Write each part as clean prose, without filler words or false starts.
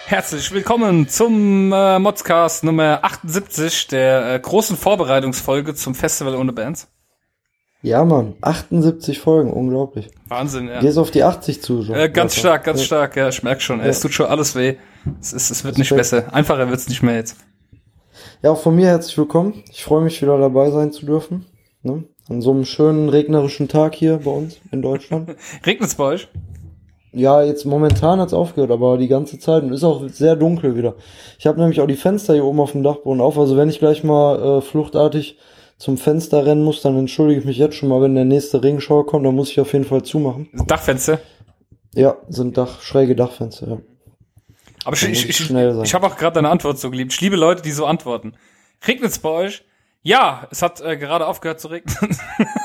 Herzlich willkommen zum Modscast Nummer 78 der großen Vorbereitungsfolge zum Festival ohne Bands. Ja, Mann, 78 Folgen, unglaublich. Wahnsinn, ja. Gehst auf die 80 zu. Schon. Ganz stark, ja, ich merk schon. Es tut schon alles weh. Es wird nicht besser. Einfacher wird's nicht mehr jetzt. Ja, auch von mir herzlich willkommen. Ich freue mich, wieder dabei sein zu dürfen. Ne? An so einem schönen regnerischen Tag hier bei uns in Deutschland. Regnet's bei euch? Ja, jetzt momentan hat's aufgehört, aber die ganze Zeit und ist auch sehr dunkel wieder. Ich habe nämlich auch die Fenster hier oben auf dem Dachboden auf, also wenn ich gleich mal fluchtartig zum Fenster rennen muss, dann entschuldige ich mich jetzt schon mal, wenn der nächste Regenschauer kommt, dann muss ich auf jeden Fall zumachen. Dachfenster? Ja, sind schräge Dachfenster, ja. Aber ich habe auch gerade deine Antwort so geliebt. Ich liebe Leute, die so antworten. Regnet's bei euch? Ja, es hat gerade aufgehört zu regnen.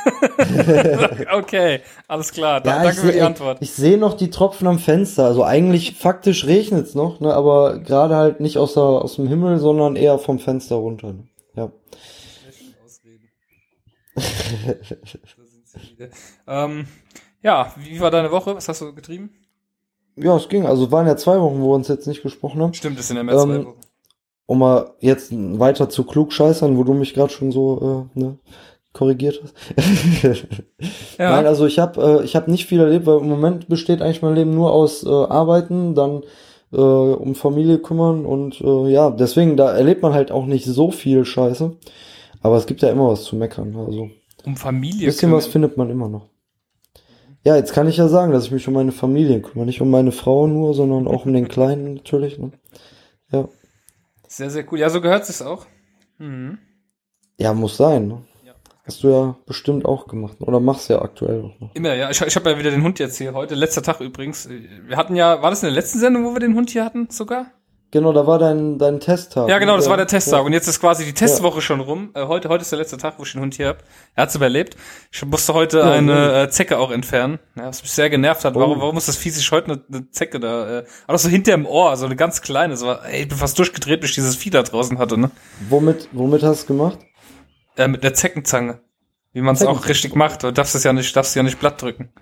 Okay, alles klar. Danke für die Antwort. Ich sehe noch die Tropfen am Fenster. Also eigentlich faktisch regnet's noch, ne, aber gerade halt nicht aus dem Himmel, sondern eher vom Fenster runter. Ne? Ja. Ja, wie war deine Woche? Was hast du getrieben? Ja, es ging. Also waren ja 2 Wochen, wo wir uns jetzt nicht gesprochen haben. Stimmt, es sind ja mehr 2 Wochen. Um mal jetzt weiter zu klugscheißern, wo du mich gerade schon so korrigiert hast. Ja. Nein, also ich hab nicht viel erlebt, weil im Moment besteht eigentlich mein Leben nur aus Arbeiten, dann um Familie kümmern und ja, deswegen, da erlebt man halt auch nicht so viel Scheiße. Aber es gibt ja immer was zu meckern. Also um Familie ein bisschen kümmern. Was findet man immer noch. Ja, jetzt kann ich ja sagen, dass ich mich um meine Familie kümmere. Nicht um meine Frau nur, sondern auch um den Kleinen natürlich. Ne? Ja. Sehr, sehr cool. Ja, so gehört es auch. Mhm. Ja, muss sein. Ne? Ja. Hast du ja bestimmt auch gemacht. Oder machst ja aktuell auch noch. Immer, ja. Ich hab ja wieder den Hund jetzt hier heute. Letzter Tag übrigens. Wir hatten ja, war das in der letzten Sendung, wo wir den Hund hier hatten sogar? Genau, da war dein Testtag. Ja, genau, das war der Testtag. Ja. Und jetzt ist quasi die Testwoche schon rum. Heute ist der letzte Tag, wo ich den Hund hier hab. Er hat's überlebt. Ich musste heute eine Zecke auch entfernen, was mich sehr genervt hat. Warum muss das Vieh sich heute eine Zecke da, aber so hinter dem Ohr, so eine ganz kleine. So, ich bin fast durchgedreht, bis ich dieses Vieh da draußen hatte, ne? Womit hast du es gemacht? Mit der Zeckenzange. Wie man es auch richtig macht. Du darfst ja nicht platt drücken.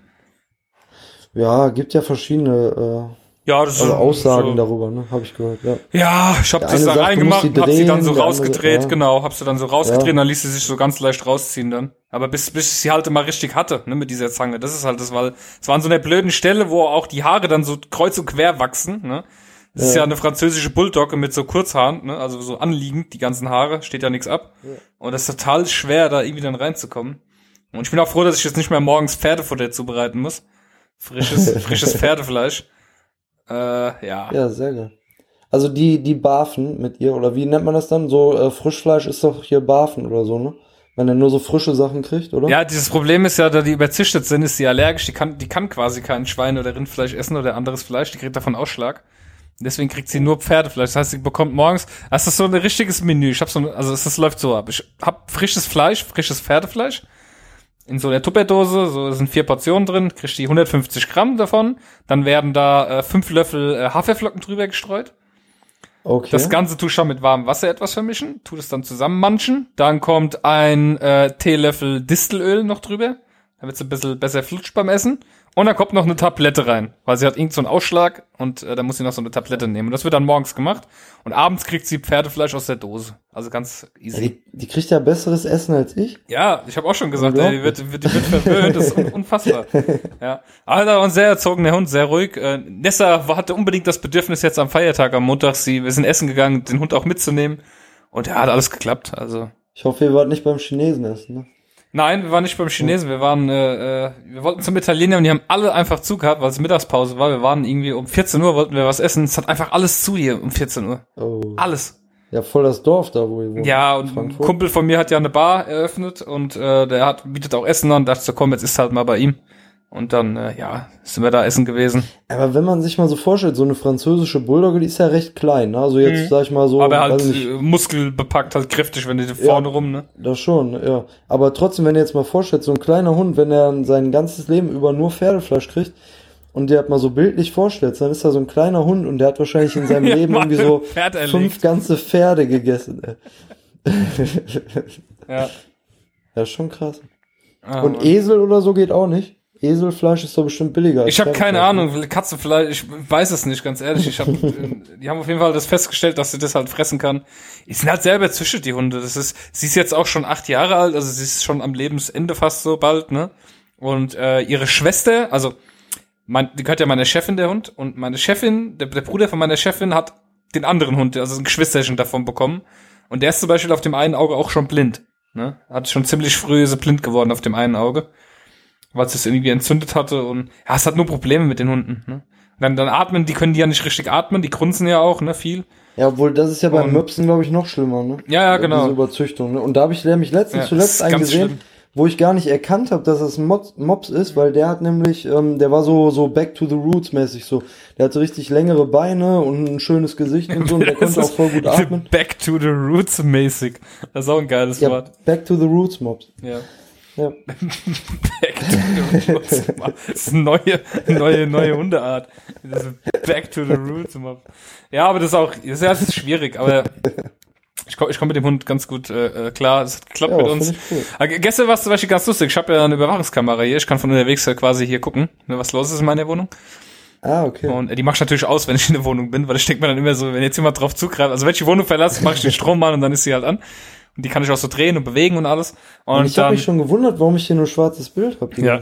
Ja, gibt ja verschiedene, ja, das also Aussagen so darüber, ne, habe ich gehört, ja. Ja, ich hab das da reingemacht und hab sie dann so rausgedreht, andere, genau, hab sie dann so rausgedreht und dann ließ sie sich so ganz leicht rausziehen dann. Aber bis ich sie halt mal richtig hatte, ne, mit dieser Zange. Das ist halt das, weil es war an so einer blöden Stelle, wo auch die Haare dann so kreuz und quer wachsen, ne. Das ist ja eine französische Bulldogge mit so Kurzhaaren, ne, also so anliegend, die ganzen Haare, steht ja nichts ab. Ja. Und das ist total schwer, da irgendwie dann reinzukommen. Und ich bin auch froh, dass ich jetzt nicht mehr morgens Pferdefutter zubereiten muss. Frisches Pferdefleisch. Ja. Ja, sehr geil. Also die barfen mit ihr, oder wie nennt man das dann? So Frischfleisch ist doch hier barfen oder so, ne? Wenn er nur so frische Sachen kriegt, oder? Ja, dieses Problem ist ja, da die überzüchtet sind, ist sie allergisch. Die kann quasi kein Schwein oder Rindfleisch essen oder anderes Fleisch. Die kriegt davon Ausschlag. Deswegen kriegt sie nur Pferdefleisch. Das heißt, sie bekommt morgens, das ist so ein richtiges Menü. Es läuft so ab. Ich hab frisches Pferdefleisch. In so einer Tupperdose, so sind 4 Portionen drin, kriegst die 150 Gramm davon. Dann werden da 5 Löffel Haferflocken drüber gestreut. Okay. Das Ganze tue ich schon mit warmem Wasser etwas vermischen, tu das dann zusammenmanschen. Dann kommt ein Teelöffel Distelöl noch drüber, damit es ein bisschen besser flutscht beim Essen. Und dann kommt noch eine Tablette rein, weil sie hat irgend so einen Ausschlag und da muss sie noch so eine Tablette nehmen. Und das wird dann morgens gemacht. Und abends kriegt sie Pferdefleisch aus der Dose. Also ganz easy. Ja, die kriegt ja besseres Essen als ich. Ja, ich habe auch schon gesagt, die wird verwöhnt, das ist unfassbar. Ja, aber da war ein sehr erzogener Hund, sehr ruhig. Nessa hatte unbedingt das Bedürfnis jetzt am Feiertag, am Montag, wir sind essen gegangen, den Hund auch mitzunehmen. Und ja, hat alles geklappt. Also. Ich hoffe, ihr wart nicht beim Chinesen essen, ne? Nein, wir waren nicht beim Chinesen, wir wollten zum Italiener und die haben alle einfach zu gehabt, weil es Mittagspause war. Wir waren irgendwie um 14 Uhr, wollten wir was essen. Es hat einfach alles zu hier um 14 Uhr. Oh. Alles. Ja, voll das Dorf da, wo ihr wohnt. Ja, und ein Kumpel von mir hat ja eine Bar eröffnet und der bietet auch Essen an. Dachte so, komm, jetzt ist halt mal bei ihm. Und dann, sind wir da essen gewesen. Aber wenn man sich mal so vorstellt, so eine französische Bulldogge, die ist ja recht klein, ne? Also jetzt, sag ich mal so. Aber halt muskelbepackt, halt kräftig, wenn die vorne rum, ne? Das schon, ja. Aber trotzdem, wenn ihr jetzt mal vorstellt, so ein kleiner Hund, wenn er sein ganzes Leben über nur Pferdefleisch kriegt und der hat mal so bildlich vorstellt, dann ist da so ein kleiner Hund und der hat wahrscheinlich in seinem Leben irgendwie so 5 ganze Pferde gegessen, ey. Ja. Ja, schon krass. Und Esel oder so geht auch nicht? Eselfleisch ist doch bestimmt billiger. Ich habe keine Ahnung, Katzenfleisch, ich weiß es nicht, ganz ehrlich. Die haben auf jeden Fall das festgestellt, dass sie das halt fressen kann. Die sind halt selber züchtet, die Hunde. Sie ist jetzt auch schon 8 Jahre alt, also sie ist schon am Lebensende fast so bald, ne? Und ihre Schwester, also die gehört ja meiner Chefin, der Hund, und meine Chefin, der Bruder von meiner Chefin hat den anderen Hund, also ein Geschwisterchen davon bekommen. Und der ist zum Beispiel auf dem einen Auge auch schon blind, ne? Hat schon ziemlich früh so blind geworden auf dem einen Auge, weil es irgendwie entzündet hatte, und ja, es hat nur Probleme mit den Hunden, ne? Dann atmen, die können die ja nicht richtig atmen, die grunzen ja auch, ne, viel. Ja, obwohl das ist ja bei Möpsen, glaube ich, noch schlimmer, ne? Ja, genau. Diese Überzüchtung, ne? Und da habe ich nämlich zuletzt einen gesehen, wo ich gar nicht erkannt habe, dass es ein Mops ist, weil der hat nämlich, der war so Back to the Roots mäßig so. Der hatte richtig längere Beine und ein schönes Gesicht und so, und der konnte auch voll gut atmen. Back to the Roots mäßig. Das ist auch ein geiles Wort. Back to the Roots Mops. Ja. Ja. Back to the Roots. Das ist eine neue Hundeart. Back to the Roots Mops. Ja, aber das ist schwierig, aber ich komme mit dem Hund ganz gut klar. Es hat geklappt mit uns. Cool. Gestern war es zum Beispiel ganz lustig. Ich habe ja eine Überwachungskamera hier. Ich kann von unterwegs quasi hier gucken, was los ist in meiner Wohnung. Ah, okay. Und die mach ich natürlich aus, wenn ich in der Wohnung bin, weil ich denke mir dann immer so, wenn jetzt jemand drauf zugreift, also wenn ich die Wohnung verlasse, mache ich den Strom an und dann ist sie halt an. Und die kann ich auch so drehen und bewegen und alles. Und ich habe mich schon gewundert, warum ich hier nur schwarzes Bild habe. Ja.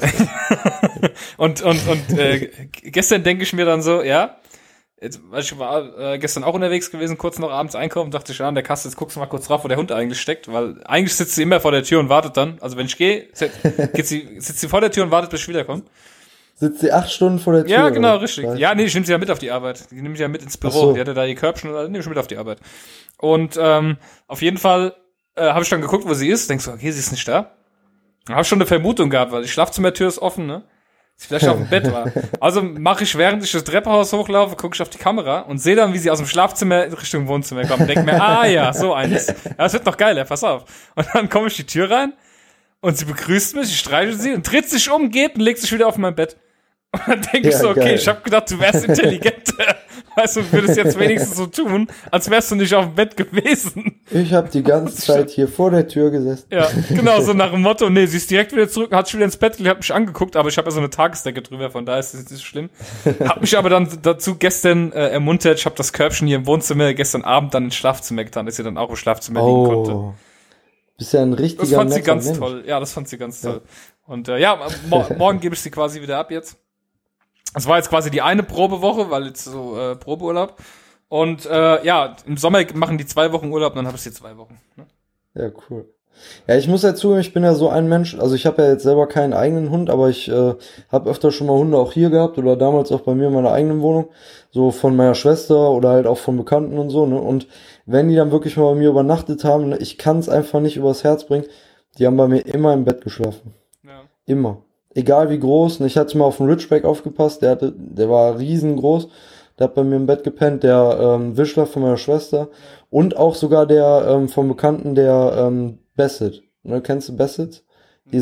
und gestern denke ich mir dann so, ja, jetzt, weil ich war gestern auch unterwegs gewesen, kurz noch abends einkaufen, dachte ich, an der Kasse, jetzt guckst du mal kurz drauf, wo der Hund eigentlich steckt, weil eigentlich sitzt sie immer vor der Tür und wartet dann. Also wenn ich gehe, sitzt sie vor der Tür und wartet, bis ich wiederkomme. Sitzt sie 8 Stunden vor der Tür? Ja, genau, richtig. Ja, nee, ich nehme sie ja mit auf die Arbeit. Die nehme ich ja mit ins Büro. So. Die hatte da ihr Körbchen und nehme ich mit auf die Arbeit. Und auf jeden Fall habe ich dann geguckt, wo sie ist. Denkst so, okay, sie ist nicht da. Habe schon eine Vermutung gehabt, weil die Schlafzimmertür ist offen, ne? Sie vielleicht auf dem Bett war. Also mache ich, während ich das Treppenhaus hochlaufe, gucke ich auf die Kamera und sehe dann, wie sie aus dem Schlafzimmer Richtung Wohnzimmer kommt. Und denke mir, ja, so eines. Ja, das wird noch geiler, pass auf. Und dann komme ich die Tür rein und sie begrüßt mich, ich streiche sie und dreht sich um, geht und legt sich wieder auf mein Bett. Und dann denke ich so, okay, geil. Ich habe gedacht, du wärst intelligenter. Weißt du, würdest jetzt wenigstens so tun, als wärst du nicht auf dem Bett gewesen. Ich habe die ganze Zeit hier vor der Tür gesessen. Ja, genau, so nach dem Motto, nee, sie ist direkt wieder zurück, hat schon wieder ins Bett gelegt, hat mich angeguckt, aber ich habe ja so eine Tagesdecke drüber, von daher ist das nicht schlimm. Hab mich aber dann dazu gestern ermuntert, ich habe das Körbchen hier im Wohnzimmer gestern Abend dann ins Schlafzimmer getan, dass sie dann auch im Schlafzimmer liegen konnte. Bist ja ein richtiger Das fand sie ganz Mensch. toll. Ja, das fand sie ganz toll. Und morgen gebe ich sie quasi wieder ab jetzt. Das war jetzt quasi die eine Probewoche, weil jetzt so Probeurlaub. Und im Sommer machen die 2 Wochen Urlaub, dann habe ich sie 2 Wochen. Ne? Ja, cool. Ja, ich muss ja zugeben, ich bin ja so ein Mensch, also ich habe ja jetzt selber keinen eigenen Hund, aber ich habe öfter schon mal Hunde auch hier gehabt oder damals auch bei mir in meiner eigenen Wohnung, so von meiner Schwester oder halt auch von Bekannten und so, ne? Und wenn die dann wirklich mal bei mir übernachtet haben, ne, ich kann es einfach nicht übers Herz bringen, die haben bei mir immer im Bett geschlafen. Ja. Immer. Egal wie groß, und ich hatte mal auf den Ridgeback aufgepasst, der war riesengroß, der hat bei mir im Bett gepennt, der Wischler von meiner Schwester und auch sogar der vom Bekannten, der Bassett. Ne, kennst du Bassett? Die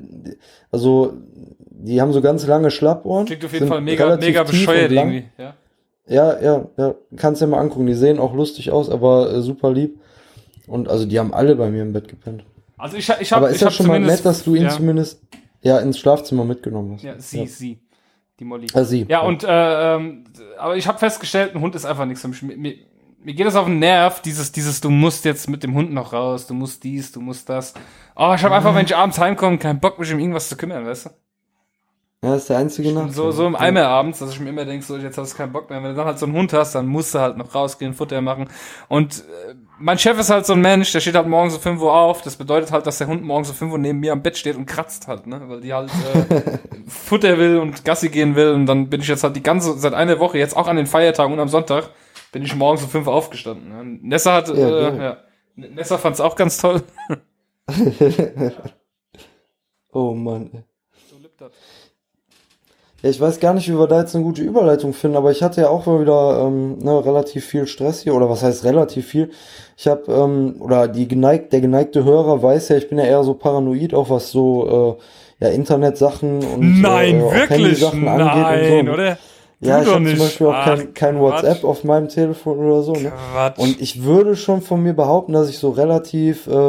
haben so ganz lange Schlappohren. Klingt auf jeden Fall mega bescheuert irgendwie, ja. Ja, kannst dir mal angucken, die sehen auch lustig aus, aber super lieb. Und also die haben alle bei mir im Bett gepennt. Also ich habe aber ist ja schon mal nett, dass du ihn zumindest ins Schlafzimmer mitgenommen hast. Ja, sie, die Molly. Sie. Ja, und aber ich habe festgestellt, ein Hund ist einfach nichts für mich. Mir geht das auf den Nerv, dieses, du musst jetzt mit dem Hund noch raus, du musst dies, du musst das. Oh, ich habe einfach, wenn ich abends heimkomme, keinen Bock, mich um irgendwas zu kümmern, weißt du? Ja, das ist der einzige Nachteil. So im Eimer abends, dass ich mir immer denke, so, jetzt hast du keinen Bock mehr. Wenn du dann halt so einen Hund hast, dann musst du halt noch rausgehen, Futter machen. Und mein Chef ist halt so ein Mensch, der steht halt morgens um 5 Uhr auf. Das bedeutet halt, dass der Hund morgens um 5 Uhr neben mir am Bett steht und kratzt halt, ne? Weil die halt Futter will und Gassi gehen will. Und dann bin ich jetzt halt seit einer Woche, jetzt auch an den Feiertagen und am Sonntag, bin ich morgens um 5 Uhr aufgestanden. Ne? Nessa Nessa fand's auch ganz toll. Oh Mann, ey. So lebt das. Ja, ich weiß gar nicht, wie wir da jetzt eine gute Überleitung finden, aber ich hatte ja auch mal wieder relativ viel Stress hier, oder was heißt relativ viel? Ich habe, der geneigte Hörer weiß ja, ich bin ja eher so paranoid, auch was so Internetsachen und Handysachen angeht und so. Oder? Ja, ich habe zum Beispiel auch kein WhatsApp auf meinem Telefon oder so. Ne? Und ich würde schon von mir behaupten, dass ich so relativ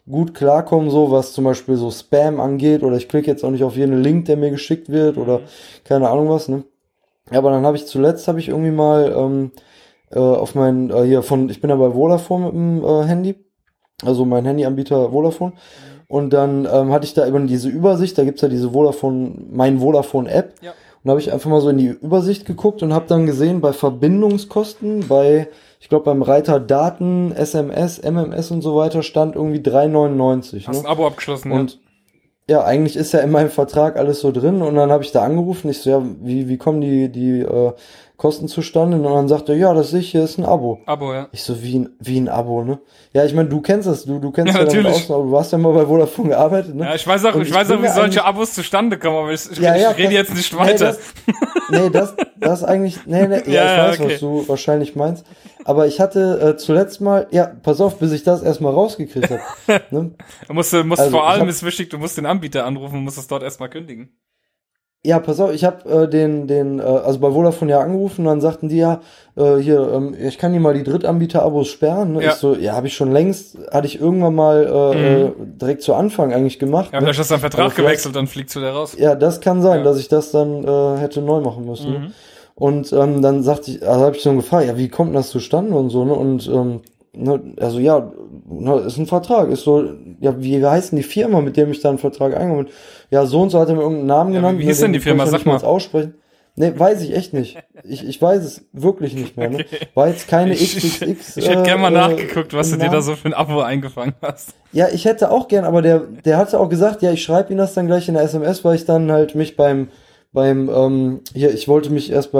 gut klarkommen, so was zum Beispiel so Spam angeht, oder ich klicke jetzt auch nicht auf jeden Link, der mir geschickt wird, oder keine Ahnung was, ne? Ja, aber dann habe ich irgendwie mal auf mein, ich bin ja bei Vodafone mit dem Handy, also mein Handyanbieter Vodafone, und dann hatte ich da eben diese Übersicht, da gibt's ja diese mein Vodafone-App, ja. Und da habe ich einfach mal so in die Übersicht geguckt und habe dann gesehen, bei Verbindungskosten, ich glaube beim Reiter Daten, SMS, MMS und so weiter stand irgendwie 3,99. Hast ein Abo abgeschlossen, und ja, eigentlich ist ja in meinem Vertrag alles so drin, und dann habe ich da angerufen, ich so, ja, wie kommen die Kosten zustande? Und dann sagt er, ja, das sehe ich, hier ist ein Abo. Abo, ja. Ich so, wie ein Abo, ne? Ja, ich meine, du kennst das, du kennst ja natürlich. Aus, aber du hast ja mal bei Vodafone gearbeitet, ne? Ja, ich weiß auch, wie solche Abos zustande kommen, aber ich rede jetzt nicht weiter. Das eigentlich, ich weiß, okay, was du wahrscheinlich meinst. Aber ich hatte zuletzt mal, ja, pass auf, bis ich das erstmal rausgekriegt habe. Ne? Du musst vor allem, ist wichtig, du musst den Anbieter anrufen und musst es dort erstmal kündigen. Ja, pass auf, ich habe also bei Vodafone ja angerufen, und dann sagten die ja, ich kann dir mal die Drittanbieter-Abos sperren. Ne? Ja. Ich so, ja, hatte ich irgendwann mal direkt zu Anfang eigentlich gemacht. Ja, vielleicht hast du deinen Vertrag gewechselt, dann fliegst du da raus. Ja, das kann sein, dass ich das dann hätte neu machen müssen. Ne? Und dann habe ich so gefragt, ja, wie kommt das zustande und so, ne? Und also ja, ist ein Vertrag, ist so, ja, wie heißt denn die Firma, mit dem ich da einen Vertrag eingegangen bin? Ja, so und so hat er mir irgendeinen Namen genannt. Wie hieß denn die Firma, sag mal. Aussprechen. Nee, weiß ich echt nicht. Ich weiß es wirklich nicht mehr, ne? War jetzt keine XXX. Ich hätte gerne mal nachgeguckt, was du dir da so für ein Abo eingefangen hast. Ja, ich hätte auch gern, aber der hatte auch gesagt, ja, ich schreibe ihm das dann gleich in der SMS, weil ich dann halt mich ich wollte mich erst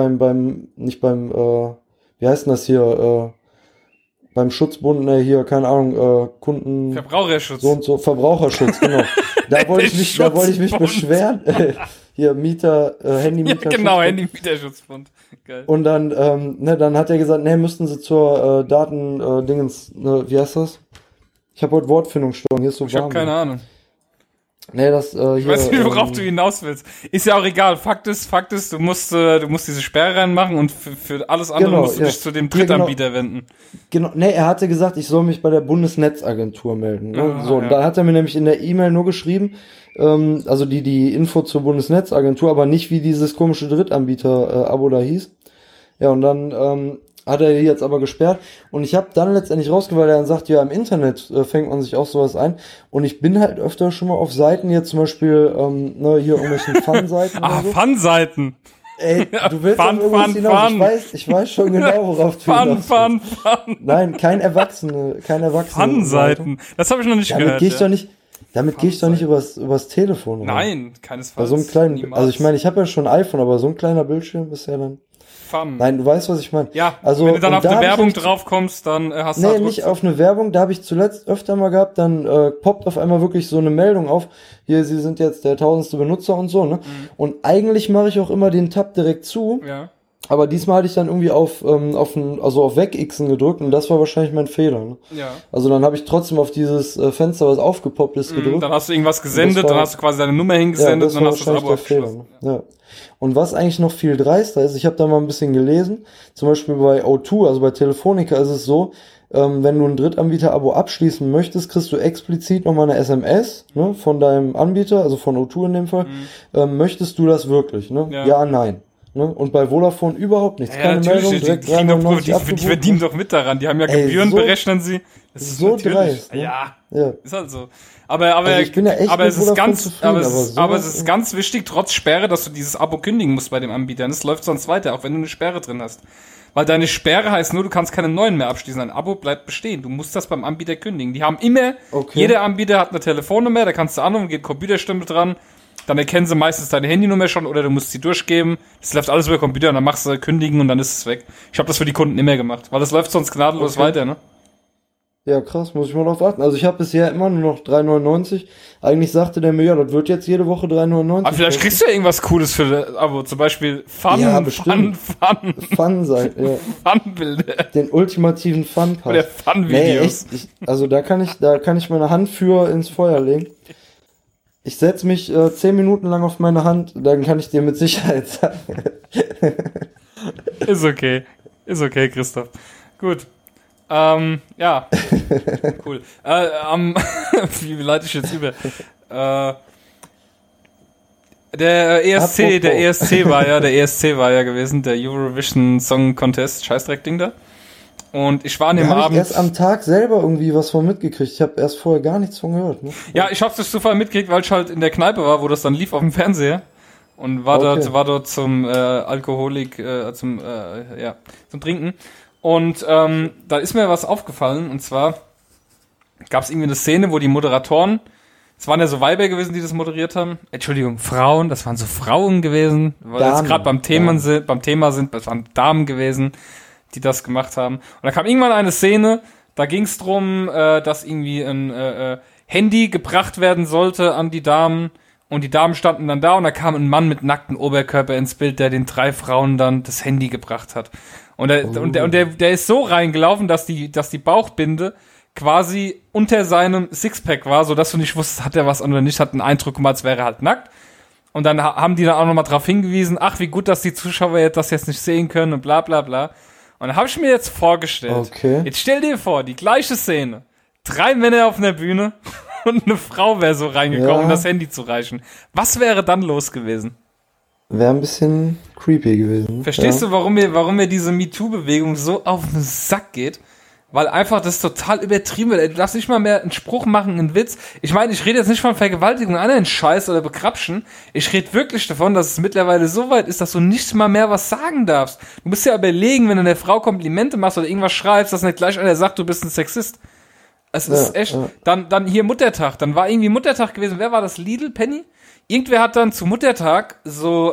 wie heißt denn das hier, beim Schutzbund, hier, keine Ahnung, Kunden... Verbraucherschutz. So und so, Verbraucherschutz, genau. Da wollte ich mich beschweren. Hier, Handymieter. Ja, genau, Handymieterschutzbund. Geil. Und dann, dann hat er gesagt, müssten sie zur Daten-Dingens, wie heißt das? Ich habe heute Wortfindungsstörung, hier ist so warm. Ich habe keine Ahnung. Nee, das hier, ich weiß nicht, worauf du hinaus willst. Ist ja auch egal. Fakt ist, du musst diese Sperre reinmachen, und für alles andere musst du dich zu dem Drittanbieter wenden. Genau, er hatte gesagt, ich soll mich bei der Bundesnetzagentur melden. Ne? So, da hat er mir nämlich in der E-Mail nur geschrieben, also die Info zur Bundesnetzagentur, aber nicht, wie dieses komische Drittanbieter-Abo da hieß. Ja, und dann hat er die jetzt aber gesperrt, und ich habe dann letztendlich rausgehört, weil er dann sagt, ja, im Internet fängt man sich auch sowas ein, und ich bin halt öfter schon mal auf Seiten, jetzt zum Beispiel hier irgendwelchen Fun-Seiten. So. Fun-Seiten. Ey, du willst auf irgendwas hinaus. Ich weiß schon genau, worauf du hinaus Fun. Nein, kein Erwachsene. Fun-Seiten. Das habe ich noch nicht gehört. Damit gehe ich doch nicht übers Telefon. Nein, keinesfalls. Bei so einem kleinen, also ich meine, ich habe ja schon ein iPhone, aber so ein kleiner Bildschirm ist ja dann... Fun. Nein, du weißt, was ich meine. Ja, also, wenn du dann auf eine Werbung drauf kommst, dann hast du... Nee, nicht auf eine Werbung, da habe ich zuletzt öfter mal gehabt, dann poppt auf einmal wirklich so eine Meldung auf, hier, Sie sind jetzt der 1000. Benutzer und so, ne? Und eigentlich mache ich auch immer den Tab direkt zu, aber diesmal hatte ich dann irgendwie auf Wegixen gedrückt, und das war wahrscheinlich mein Fehler, ne? Ja. Also dann habe ich trotzdem auf dieses Fenster, was aufgepoppt ist, gedrückt. Dann hast du irgendwas gesendet, dann hast du quasi deine Nummer hingesendet, und dann hast du das Abo abgeschlossen. Ja. Und was eigentlich noch viel dreister ist, ich habe da mal ein bisschen gelesen, zum Beispiel bei O2, also bei Telefonica ist es so, wenn du ein Drittanbieter-Abo abschließen möchtest, kriegst du explizit nochmal eine SMS, ne, von deinem Anbieter, also von O2 in dem Fall. Möchtest du das wirklich? Ne? Ja, nein. Ne? Und bei Vodafone überhaupt nichts. Ja, keine Meldung, direkt die verdienen doch mit daran. Die haben ja Gebühren, berechnen sie. Das ist so dreist. Ne? Ja, ist halt so. Aber ich bin ja echt es ist ganz wichtig, trotz Sperre, dass du dieses Abo kündigen musst bei dem Anbieter. Und es läuft sonst weiter, auch wenn du eine Sperre drin hast. Weil deine Sperre heißt nur, du kannst keine neuen mehr abschließen. Dein Abo bleibt bestehen. Du musst das beim Anbieter kündigen. Die haben immer, jeder Anbieter hat eine Telefonnummer, da kannst du anrufen, geht Computerstimme dran. Dann erkennen sie meistens deine Handynummer schon, oder du musst sie durchgeben. Das läuft alles über Computer, und dann machst du kündigen, und dann ist es weg. Ich habe das für die Kunden immer gemacht, weil das läuft sonst gnadenlos weiter, ne? Ja, krass, muss ich mal drauf achten. Also ich habe bisher immer nur noch 3,99. Eigentlich sagte der mir, ja, das wird jetzt jede Woche 3,99. Aber vielleicht kriegst du ja irgendwas Cooles für das Abo, zum Beispiel Fun sein, ja. Fun-Bilder. Den ultimativen Fun-Pass. Oder Fun-Videos. Nee, also da kann ich meine Hand für ins Feuer legen. Ich setze mich 10 Minuten lang auf meine Hand, dann kann ich dir mit Sicherheit sagen. Ist okay, Christoph. Gut. Ja, cool. Wie leite ich jetzt über? Der ESC war ja gewesen, der Eurovision Song Contest, Scheißdreck-Ding da. Und ich war an dem Abend... Ich erst am Tag selber irgendwie was von mitgekriegt. Ich habe erst vorher gar nichts von gehört. Ne? Ja, ich hab's durch Zufall mitgekriegt, weil ich halt in der Kneipe war, wo das dann lief auf dem Fernseher. Und war dort zum Alkoholik, zum Trinken. Und da ist mir was aufgefallen. Und zwar gab's irgendwie eine Szene, wo die Moderatoren... Es waren ja so Weiber gewesen, die das moderiert haben. Entschuldigung, Frauen, das waren so Frauen gewesen, weil jetzt gerade beim Thema sind, das waren Damen gewesen, die das gemacht haben. Und da kam irgendwann eine Szene, da ging es drum, dass irgendwie ein Handy gebracht werden sollte an die Damen und die Damen standen dann da und da kam ein Mann mit nacktem Oberkörper ins Bild, der den 3 Frauen dann das Handy gebracht hat. Und der ist so reingelaufen, dass die Bauchbinde quasi unter seinem Sixpack war, so dass du nicht wusstest, hat er was oder nicht, hat einen Eindruck gemacht, als wäre er halt nackt. Und dann haben die dann auch nochmal drauf hingewiesen, ach, wie gut, dass die Zuschauer das jetzt nicht sehen können und bla bla bla. Und dann habe ich mir jetzt vorgestellt, Jetzt stell dir vor, die gleiche Szene, 3 Männer auf einer Bühne und eine Frau wäre so reingekommen, um das Handy zu reichen. Was wäre dann los gewesen? Wäre ein bisschen creepy gewesen. Verstehst du, warum mir diese MeToo-Bewegung so auf den Sack geht? Weil einfach das total übertrieben wird. Du darfst nicht mal mehr einen Spruch machen, einen Witz. Ich meine, ich rede jetzt nicht von Vergewaltigung, anderen Scheiß oder Bekrapschen. Ich rede wirklich davon, dass es mittlerweile so weit ist, dass du nicht mal mehr was sagen darfst. Du musst ja überlegen, wenn du einer Frau Komplimente machst oder irgendwas schreibst, dass nicht gleich einer sagt, du bist ein Sexist. Es ist echt. Dann hier Muttertag. Dann war irgendwie Muttertag gewesen. Wer war das? Lidl? Penny? Irgendwer hat dann zu Muttertag so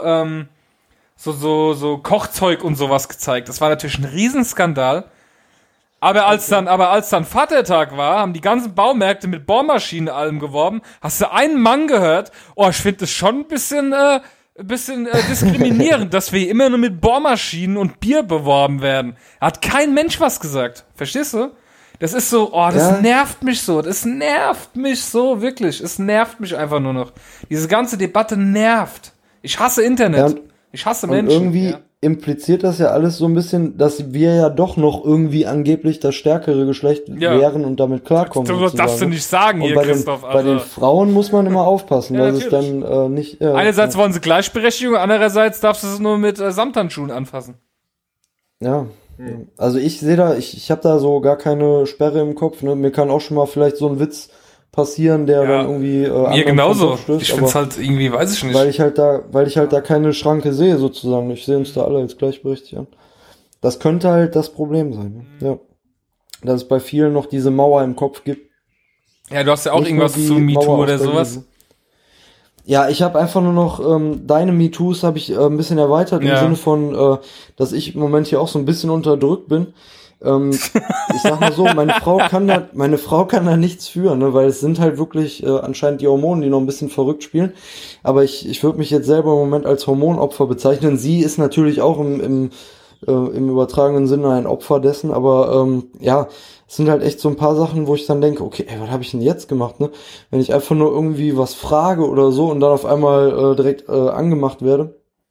Kochzeug und sowas gezeigt. Das war natürlich ein Riesenskandal. Aber als dann Vatertag war, haben die ganzen Baumärkte mit Bohrmaschinen allem geworben. Hast du einen Mann gehört? Oh, ich finde das schon ein bisschen diskriminierend, dass wir immer nur mit Bohrmaschinen und Bier beworben werden. Hat kein Mensch was gesagt. Verstehst du? Das ist so, nervt mich so. Das nervt mich so, wirklich. Es nervt mich einfach nur noch. Diese ganze Debatte nervt. Ich hasse Internet. Ja, ich hasse Menschen. Irgendwie impliziert das ja alles so ein bisschen, dass wir ja doch noch irgendwie angeblich das stärkere Geschlecht wären und damit klarkommen. Das darfst du nicht sagen hier, Christoph. Bei den Frauen muss man immer aufpassen, dass es dann nicht... Einerseits wollen sie Gleichberechtigung, andererseits darfst du es nur mit Samthandschuhen anfassen. Ja. Also ich sehe da, ich habe da so gar keine Sperre im Kopf. Ne? Mir kann auch schon mal vielleicht so ein Witz passieren, der dann irgendwie mir genauso. Ich find's halt irgendwie, weiß ich nicht. Weil ich halt da keine Schranke sehe sozusagen. Ich sehe uns da alle als gleichberechtigt an. Das könnte halt das Problem sein. Ne? Ja. Dass es bei vielen noch diese Mauer im Kopf gibt. Ja, du hast ja auch nicht irgendwas zu MeToo oder sowas. Ja, ich habe einfach nur noch deine MeToos habe ich ein bisschen erweitert im Sinne von, dass ich im Moment hier auch so ein bisschen unterdrückt bin. Ich sag mal so, meine Frau kann da nichts für, ne, weil es sind halt wirklich anscheinend die Hormone, die noch ein bisschen verrückt spielen. Aber ich würde mich jetzt selber im Moment als Hormonopfer bezeichnen. Sie ist natürlich auch im übertragenen Sinne ein Opfer dessen, aber es sind halt echt so ein paar Sachen, wo ich dann denke, okay, was habe ich denn jetzt gemacht, ne? Wenn ich einfach nur irgendwie was frage oder so und dann auf einmal direkt angemacht werde,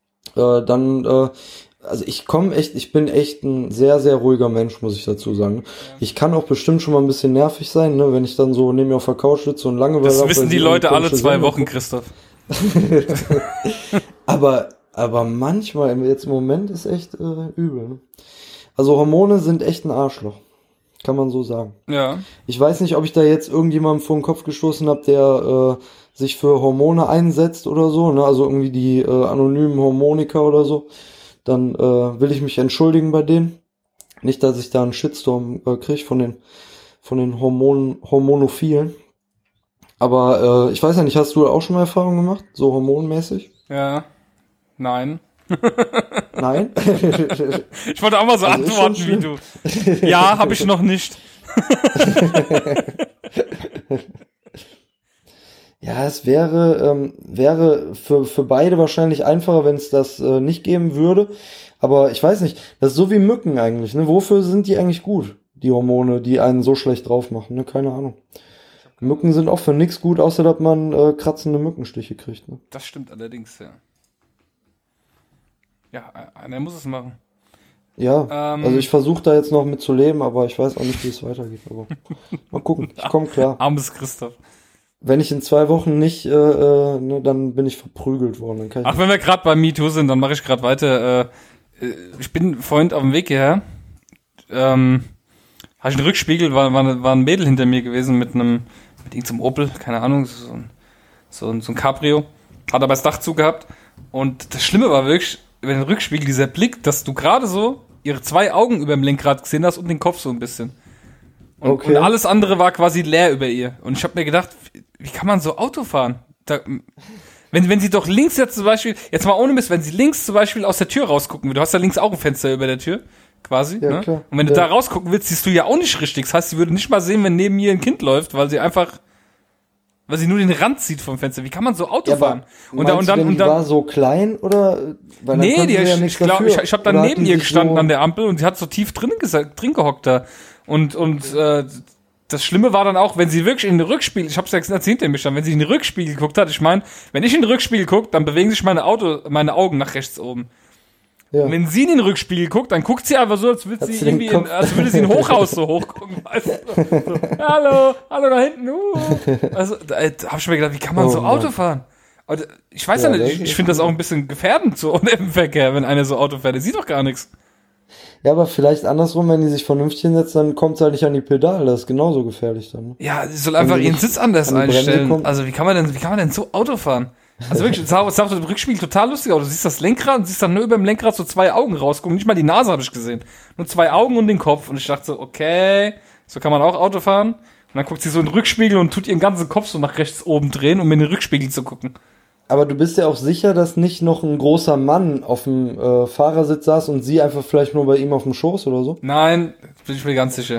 also ich bin echt ein sehr, sehr ruhiger Mensch, muss ich dazu sagen. Ja. Ich kann auch bestimmt schon mal ein bisschen nervig sein, ne, wenn ich dann so neben mir auf der Couch sitze und Langeweile habe. Das wissen die Leute alle 2 Wochen, Christoph. aber manchmal, jetzt im Moment ist echt übel. Ne? Also Hormone sind echt ein Arschloch. Kann man so sagen. Ja. Ich weiß nicht, ob ich da jetzt irgendjemandem vor den Kopf gestoßen habe, der sich für Hormone einsetzt oder so, ne? Also irgendwie die anonymen Hormoniker oder so. Dann will ich mich entschuldigen bei denen. Nicht, dass ich da einen Shitstorm kriege von den Hormonophilen. Aber ich weiß ja nicht, hast du auch schon mal Erfahrungen gemacht? So hormonmäßig? Ja. Nein. Nein? Ich wollte auch mal so antworten wie du. Ja, habe ich noch nicht. Ja, es wäre für beide wahrscheinlich einfacher, wenn es das nicht geben würde. Aber ich weiß nicht, das ist so wie Mücken eigentlich. Ne? Wofür sind die eigentlich gut, die Hormone, die einen so schlecht drauf machen? Ne? Keine Ahnung. Mücken sind auch für nichts gut, außer dass man kratzende Mückenstiche kriegt. Ne? Das stimmt allerdings, ja. Ja, einer muss es machen. Ja, also ich versuche da jetzt noch mit zu leben, aber ich weiß auch nicht, wie es weitergeht. Aber mal gucken, ich komme klar. Armes Christoph. Wenn ich in 2 Wochen nicht, ne, dann bin ich verprügelt worden. Dann kann ich Wenn wir gerade bei MeToo sind, dann mache ich gerade weiter. Ich bin vorhin auf dem Weg hierher. Habe ich einen Rückspiegel, war ein Mädel hinter mir gewesen mit irgendeinem Opel, keine Ahnung, so ein Cabrio. Hat aber das Dach zugehabt. Und das Schlimme war wirklich, über den Rückspiegel, dieser Blick, dass du gerade so ihre 2 Augen über dem Lenkrad gesehen hast und den Kopf so ein bisschen. Und alles andere war quasi leer über ihr. Und ich habe mir gedacht, wie kann man so Auto fahren? Wenn sie doch links jetzt zum Beispiel, jetzt mal ohne Mist, wenn sie links zum Beispiel aus der Tür rausgucken will, du hast ja links auch ein Fenster über der Tür, quasi, ja, ne? Klar. Und wenn du da rausgucken willst, siehst du ja auch nicht richtig. Das heißt, sie würde nicht mal sehen, wenn neben ihr ein Kind läuft, weil sie nur den Rand sieht vom Fenster. Wie kann man so Auto fahren? Und dann war so klein oder? Weil nee, ich habe dann neben ihr gestanden so an der Ampel und sie hat so tief drin gehockt da. Und das Schlimme war dann auch, wenn sie wirklich in den Rückspiegel, ich hab's ja gesagt, hinter mir stand, wenn sie in den Rückspiegel geguckt hat, ich meine, wenn ich in den Rückspiegel gucke, dann bewegen sich meine Augen nach rechts oben. Ja. Und wenn sie in den Rückspiegel guckt, dann guckt sie einfach so, als würde sie irgendwie als würde sie ein Hochhaus so hochgucken, weißt du? So, hallo da hinten, Also, da hab ich mir gedacht, wie kann man so Auto fahren? Aber ich weiß ja nicht, ich finde das auch ein bisschen gefährdend so im Verkehr, wenn einer so Auto fährt, der sieht doch gar nichts. Ja, aber vielleicht andersrum, wenn die sich vernünftig hinsetzt, dann kommt sie halt nicht an die Pedale, das ist genauso gefährlich dann. Ne? Ja, sie soll einfach ihren Sitz anders einstellen. Also wie kann man denn so Auto fahren? Also wirklich, es sah auf dem Rückspiegel total lustig aus. Du siehst das Lenkrad und siehst dann nur über dem Lenkrad so 2 Augen rausgucken. Nicht mal die Nase habe ich gesehen. Nur 2 Augen und den Kopf. Und ich dachte so, okay, so kann man auch Auto fahren. Und dann guckt sie so in den Rückspiegel und tut ihren ganzen Kopf so nach rechts oben drehen, um in den Rückspiegel zu gucken. Aber du bist ja auch sicher, dass nicht noch ein großer Mann auf dem Fahrersitz saß und sie einfach vielleicht nur bei ihm auf dem Schoß oder so? Nein, bin ich mir ganz sicher.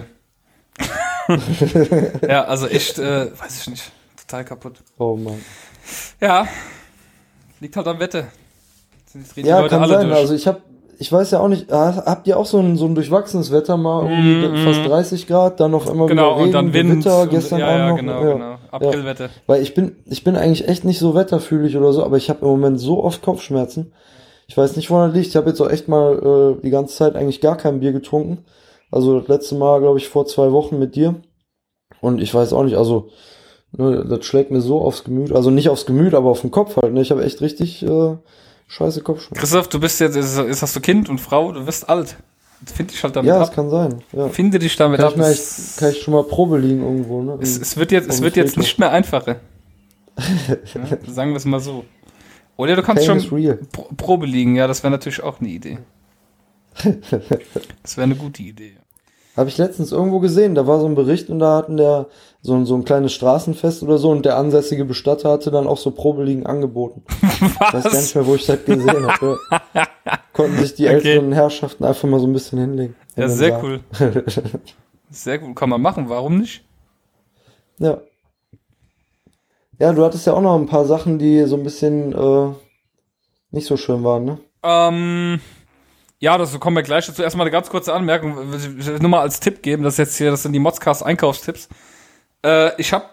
Ja, also echt, weiß ich nicht, total kaputt. Oh Mann. Ja, liegt halt am Wetter. Ja, kann sein. Durch. Also ich weiß ja auch nicht, habt ihr auch so ein durchwachsenes Wetter mal um fast 30 Grad, dann auf einmal wieder Regen, und dann Wind, Gewitter, gestern Abend noch. Genau. Aprilwetter. Ja. Weil ich bin eigentlich echt nicht so wetterfühlig oder so, aber ich habe im Moment so oft Kopfschmerzen. Ich weiß nicht, woran das liegt. Ich habe jetzt auch echt mal die ganze Zeit eigentlich gar kein Bier getrunken. Also das letzte Mal, glaube ich, vor 2 Wochen mit dir. Und ich weiß auch nicht, also ne, das schlägt mir so aufs Gemüt. Also nicht aufs Gemüt, aber auf den Kopf halt. Ne? Ich habe echt richtig scheiße Kopfschmerzen. Christoph, du bist jetzt hast du Kind und Frau, du wirst alt. Find dich halt damit ab. Ja, das kann sein. Ja. Finde dich damit ab. Kann ich schon mal Probe liegen irgendwo. Ne? Es wird jetzt nicht mehr einfacher. Ja, sagen wir es mal so. Oder du kannst schon Probe liegen. Ja, das wäre natürlich auch eine Idee. Das wäre eine gute Idee. Habe ich letztens irgendwo gesehen, da war so ein Bericht und da hatten der so ein kleines Straßenfest oder so und der ansässige Bestatter hatte dann auch so Probeliegen angeboten. Was? Ich weiß gar nicht mehr, wo ich das gesehen habe. Konnten sich die älteren Herrschaften einfach mal so ein bisschen hinlegen. Ja, sehr cool. Sehr cool, kann man machen, warum nicht? Ja. Ja, du hattest ja auch noch ein paar Sachen, die so ein bisschen nicht so schön waren, ne? Ja, das kommen wir gleich dazu. Erstmal eine ganz kurze Anmerkung, nur mal als Tipp geben, das sind die Modscast Einkaufstipps. Ich habe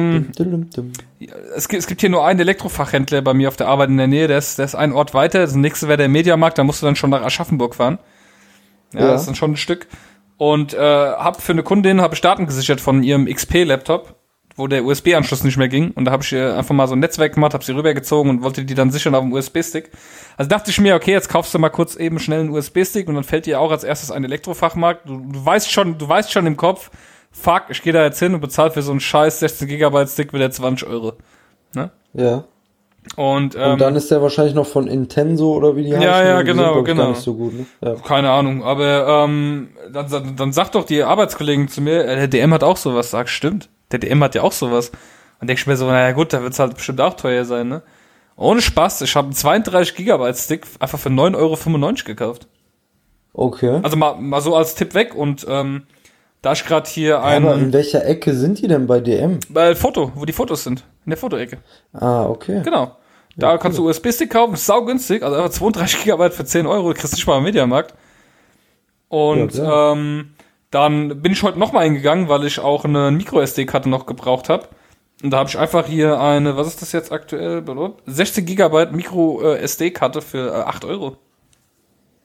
es gibt hier nur einen Elektrofachhändler bei mir auf der Arbeit in der Nähe, der ist ein Ort weiter, das nächste wäre der Mediamarkt, da musst du dann schon nach Aschaffenburg fahren. Ja, das ist dann schon ein Stück. Und habe für eine Kundin Daten gesichert von ihrem XP-Laptop, wo der USB-Anschluss nicht mehr ging. Und da habe ich einfach mal so ein Netzwerk gemacht, habe sie rübergezogen und wollte die dann sichern auf dem USB-Stick. Also dachte ich mir, okay, jetzt kaufst du mal kurz eben schnell einen USB-Stick und dann fällt dir auch als erstes ein Elektrofachmarkt. Du weißt schon im Kopf, fuck, ich gehe da jetzt hin und bezahle für so einen scheiß 16 GB Stick wieder 20 €. Ne? Ja. Und dann ist der wahrscheinlich noch von Intenso oder wie die heißen. Ja, genau. Gar nicht so gut, ne? Ja. Keine Ahnung, aber dann sagt doch die Arbeitskollegin zu mir, der DM hat auch sowas. Sag, stimmt. Der DM hat ja auch sowas. Und denk ich mir so, naja gut, da wird's halt bestimmt auch teuer sein, ne? Ohne Spaß, ich habe einen 32 GB Stick einfach für 9,95 € gekauft. Okay. Also mal so als Tipp weg und da ich gerade hier aber in welcher Ecke sind die denn bei DM? Bei Foto, wo die Fotos sind. In der Fotoecke. Ah, okay. Genau. Da kannst du USB-Stick kaufen, ist saugünstig, also einfach 32 GB für 10 €, du kriegst nicht mal am Mediamarkt. Und dann bin ich heute nochmal hingegangen, weil ich auch eine Micro-SD-Karte noch gebraucht habe. Und da habe ich einfach hier eine, was ist das jetzt aktuell? 16 GB Micro-SD-Karte für 8 €.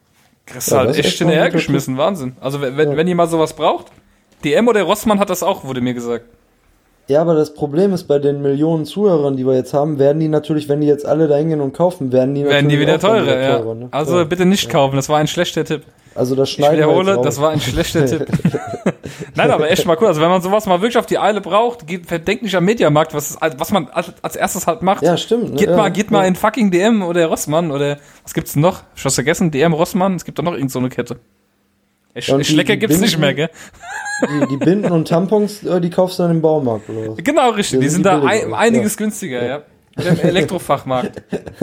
Kriegst du halt echt hinterher geschmissen, Wahnsinn. Also wenn ihr mal sowas braucht, DM oder Rossmann hat das auch, wurde mir gesagt. Ja, aber das Problem ist, bei den Millionen Zuhörern, die wir jetzt haben, werden die natürlich, wenn die jetzt alle da hingehen und kaufen, werden die wieder teurer, ne? Also bitte nicht kaufen, das war ein schlechter Tipp. Also das schneiden wir jetzt raus. Das war ein schlechter Tipp. Nein, aber echt mal cool. Also wenn man sowas mal wirklich auf die Eile braucht, denkt nicht am Mediamarkt, was man als erstes halt macht. Ja, stimmt. Ne? Geht mal in fucking DM oder Rossmann oder was gibt's denn noch? Ich hab's vergessen, DM, Rossmann, es gibt doch noch irgend so eine Kette. Schlecker gibt's nicht mehr, gell? Die Binden und Tampons, die kaufst du dann im Baumarkt, oder was? Genau, richtig. Die sind da einiges günstiger, ja. Oder im Elektrofachmarkt.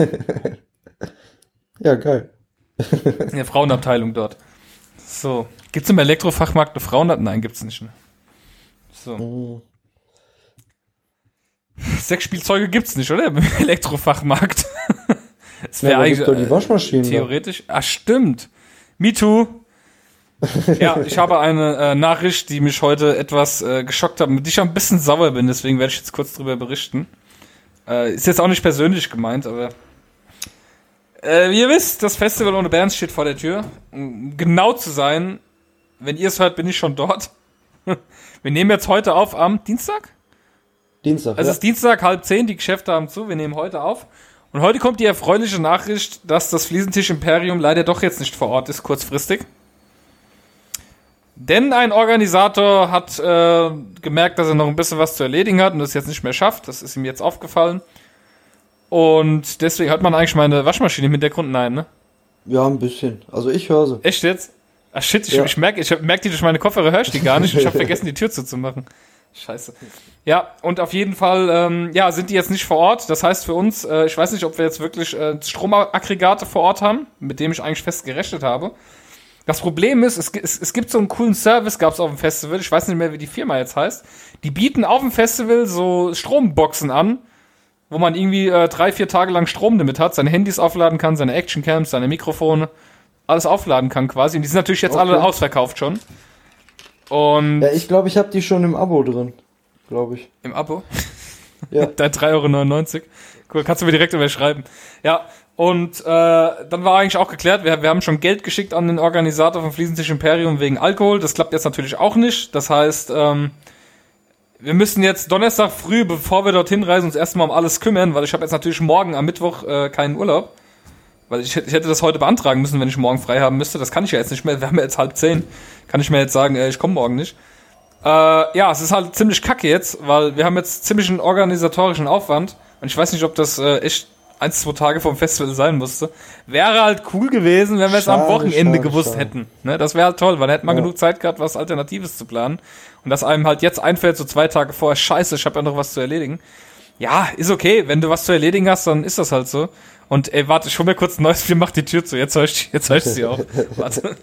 Ja, geil. In der Frauenabteilung dort. So. Gibt's im Elektrofachmarkt eine Frauenabteilung? Nein, gibt's nicht. Ne? So. Sexspielzeuge gibt's nicht, oder? Im Elektrofachmarkt. Das wäre eigentlich die Waschmaschinen theoretisch. Da. Stimmt. Me too. Ja, ich habe eine Nachricht, die mich heute etwas geschockt hat, mit der ich ein bisschen sauer bin, deswegen werde ich jetzt kurz drüber berichten. Ist jetzt auch nicht persönlich gemeint, aber wie ihr wisst, das Festival ohne Bands steht vor der Tür. Um genau zu sein, wenn ihr es hört, bin ich schon dort. Wir nehmen jetzt heute auf am Dienstag? Dienstag, Es ist Dienstag, 9:30, die Geschäfte haben zu, wir nehmen heute auf. Und heute kommt die erfreuliche Nachricht, dass das Fliesentisch Imperium leider doch jetzt nicht vor Ort ist, kurzfristig. Denn ein Organisator hat gemerkt, dass er noch ein bisschen was zu erledigen hat und das jetzt nicht mehr schafft. Das ist ihm jetzt aufgefallen. Und deswegen hört man eigentlich meine Waschmaschine im Hintergrund? Nein, ne? Ja, ein bisschen. Also ich höre sie. Echt jetzt? Ach shit, ich merke die durch meine Kopfhörer, höre ich die gar nicht. Ich habe vergessen, die Tür zuzumachen. Scheiße. Ja, und auf jeden Fall sind die jetzt nicht vor Ort. Das heißt für uns, ich weiß nicht, ob wir jetzt wirklich Stromaggregate vor Ort haben, mit dem ich eigentlich fest gerechnet habe. Das Problem ist, es gibt so einen coolen Service, gab es auf dem Festival, ich weiß nicht mehr, wie die Firma jetzt heißt. Die bieten auf dem Festival so Stromboxen an, wo man irgendwie 3-4 Tage lang Strom damit hat, seine Handys aufladen kann, seine Actioncams, seine Mikrofone, alles aufladen kann quasi. Und die sind natürlich jetzt alle ausverkauft schon. Und ja, ich glaube, ich habe die schon im Abo drin, glaube ich. Im Abo? Ja. Da 3,99 €. Cool, kannst du mir direkt überschreiben. Ja, und dann war eigentlich auch geklärt, wir haben schon Geld geschickt an den Organisator vom Fliesentisch Imperium wegen Alkohol. Das klappt jetzt natürlich auch nicht. Das heißt, wir müssen jetzt Donnerstag früh, bevor wir dorthin reisen, uns erstmal um alles kümmern, weil ich habe jetzt natürlich morgen am Mittwoch keinen Urlaub. Weil ich hätte das heute beantragen müssen, wenn ich morgen frei haben müsste. Das kann ich ja jetzt nicht mehr. Wir haben ja jetzt 9:30. Kann ich mir jetzt sagen, ich komme morgen nicht. Ja, es ist halt ziemlich kacke jetzt, weil wir haben jetzt ziemlich einen organisatorischen Aufwand. Und ich weiß nicht, ob das echt 1-2 Tage vom Festival sein musste. Wäre halt cool gewesen, wenn wir es am Wochenende gewusst hätten. Ne, das wäre halt toll, weil dann hätte man genug Zeit gehabt, was Alternatives zu planen. Und dass einem halt jetzt einfällt, so 2 Tage vorher, scheiße, ich habe ja noch was zu erledigen. Ja, ist okay. Wenn du was zu erledigen hast, dann ist das halt so. Und warte, ich hol mir kurz ein neues Bier, mach die Tür zu. Jetzt höre ich sie auch. Warte.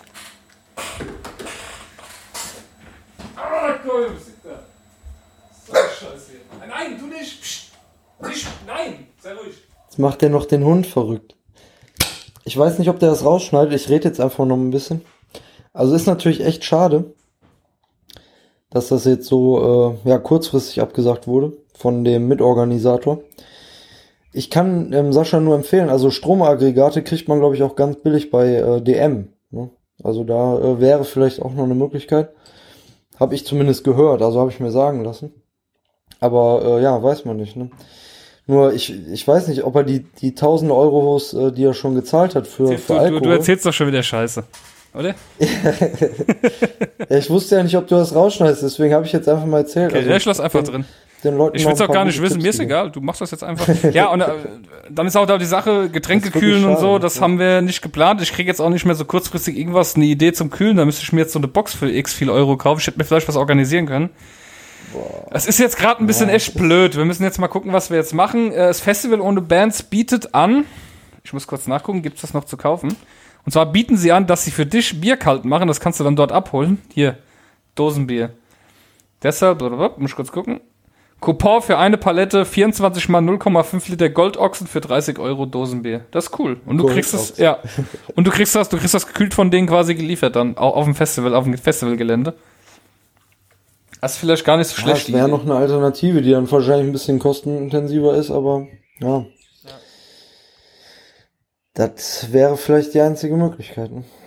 Ah, cool, was ist da? So scheiße hier. Nein, du nicht. Psst. Nicht. Nein, sei ruhig. Jetzt macht der noch den Hund verrückt. Ich weiß nicht, ob der das rausschneidet. Ich rede jetzt einfach noch ein bisschen. Also ist natürlich echt schade, dass das jetzt so kurzfristig abgesagt wurde von dem Mitorganisator. Ich kann Sascha nur empfehlen, also Stromaggregate kriegt man, glaube ich, auch ganz billig bei DM. Ne? Also da wäre vielleicht auch noch eine Möglichkeit. Habe ich zumindest gehört, also habe ich mir sagen lassen. Aber weiß man nicht. Ne? Nur ich weiß nicht, ob er die 1.000 Euros, die er schon gezahlt hat für Alkohol. Du erzählst doch schon wieder Scheiße, oder? Ja, ich wusste ja nicht, ob du das rausschneidest, deswegen habe ich jetzt einfach mal erzählt. Okay, ich lass einfach drin. Den Leuten ich will es auch gar nicht wissen, mir ist egal, du machst das jetzt einfach. Ja, und dann ist auch da die Sache, Getränke kühlen und so, das haben wir nicht geplant. Ich kriege jetzt auch nicht mehr so kurzfristig eine Idee zum Kühlen, da müsste ich mir jetzt so eine Box für x viel Euro kaufen. Ich hätte mir vielleicht was organisieren können. Es ist jetzt gerade ein bisschen echt blöd. Wir müssen jetzt mal gucken, was wir jetzt machen. Das Festival ohne Bands bietet an, ich muss kurz nachgucken, gibt's das noch zu kaufen? Und zwar bieten sie an, dass sie für dich Bier kalt machen, das kannst du dann dort abholen. Hier, Dosenbier. Deshalb, muss ich kurz gucken. Coupon für eine Palette 24 mal 0,5 Liter Goldochsen für 30 € Dosenbier. Das ist cool. Und du kriegst es, und du kriegst das gekühlt von denen quasi geliefert dann, auch auf dem Festivalgelände. Das ist vielleicht gar nicht so schlecht. Das wäre noch eine Alternative, die dann wahrscheinlich ein bisschen kostenintensiver ist, aber ja. Das wäre vielleicht die einzige Möglichkeit. Ne?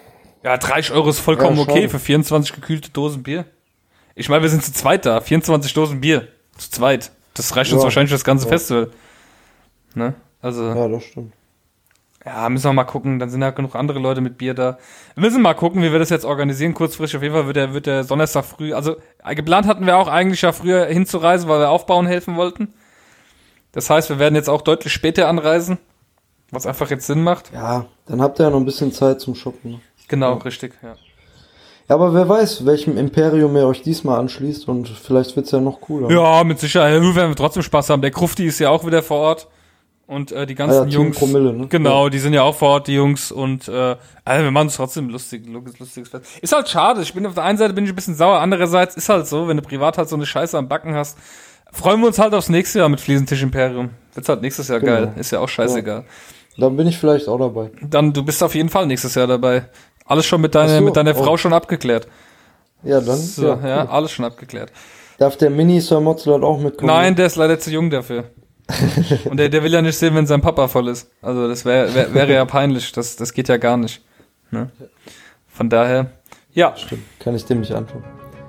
Ja, 30 Euro ist vollkommen okay für 24 gekühlte Dosen Bier. Ich meine, wir sind zu zweit da. 24 Dosen Bier. Zu zweit. Das reicht uns wahrscheinlich für das ganze Festival. Ne? Also. Ja, das stimmt. Ja, müssen wir mal gucken. Dann sind ja genug andere Leute mit Bier da. Wir müssen mal gucken, wie wir das jetzt organisieren. Kurzfristig auf jeden Fall wird der Donnerstag früh. Also, geplant hatten wir auch eigentlich ja früher hinzureisen, weil wir aufbauen helfen wollten. Das heißt, wir werden jetzt auch deutlich später anreisen. Was einfach jetzt Sinn macht. Ja, dann habt ihr ja noch ein bisschen Zeit zum Shoppen. Ne? Genau, richtig, ja. Ja, aber wer weiß, welchem Imperium ihr euch diesmal anschließt und vielleicht wird's ja noch cooler. Ja, mit Sicherheit. Wir werden trotzdem Spaß haben. Der Krufti ist ja auch wieder vor Ort. Und die ganzen Jungs. Promille, ne? Genau, die sind ja auch vor Ort, die Jungs. Und wir machen es trotzdem lustiges Fest. Ist halt schade. Auf der einen Seite bin ich ein bisschen sauer. Andererseits ist halt so, wenn du privat halt so eine Scheiße am Backen hast, freuen wir uns halt aufs nächste Jahr mit Fliesentisch Imperium. Wird's halt nächstes Jahr geil. Ist ja auch scheißegal. Ja. Dann bin ich vielleicht auch dabei. Du bist auf jeden Fall nächstes Jahr dabei. Alles schon mit deiner Frau schon abgeklärt. Ja, dann. So, ja, alles schon abgeklärt. Darf der Mini-Sir Mozart auch mitkommen? Nein, der ist leider zu jung dafür. Und der will ja nicht sehen, wenn sein Papa voll ist. Also das wäre ja peinlich. Das geht ja gar nicht. Ne? Von daher, ja. Stimmt, kann ich dem nicht antun.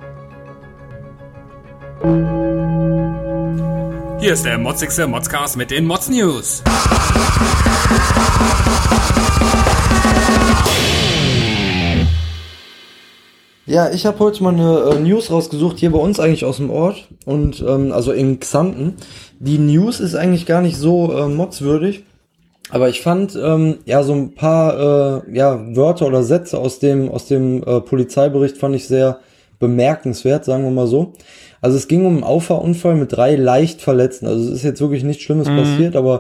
Hier ist der motzigste Motzcast mit den Motz News. Ja, ich habe heute mal eine News rausgesucht, hier bei uns eigentlich aus dem Ort und also in Xanten. Die News ist eigentlich gar nicht so motzwürdig, aber ich fand so ein paar Wörter oder Sätze aus dem Polizeibericht fand ich sehr bemerkenswert, sagen wir mal so. Also es ging um einen Auffahrunfall mit 3 leicht Verletzten. Also es ist jetzt wirklich nichts Schlimmes passiert, aber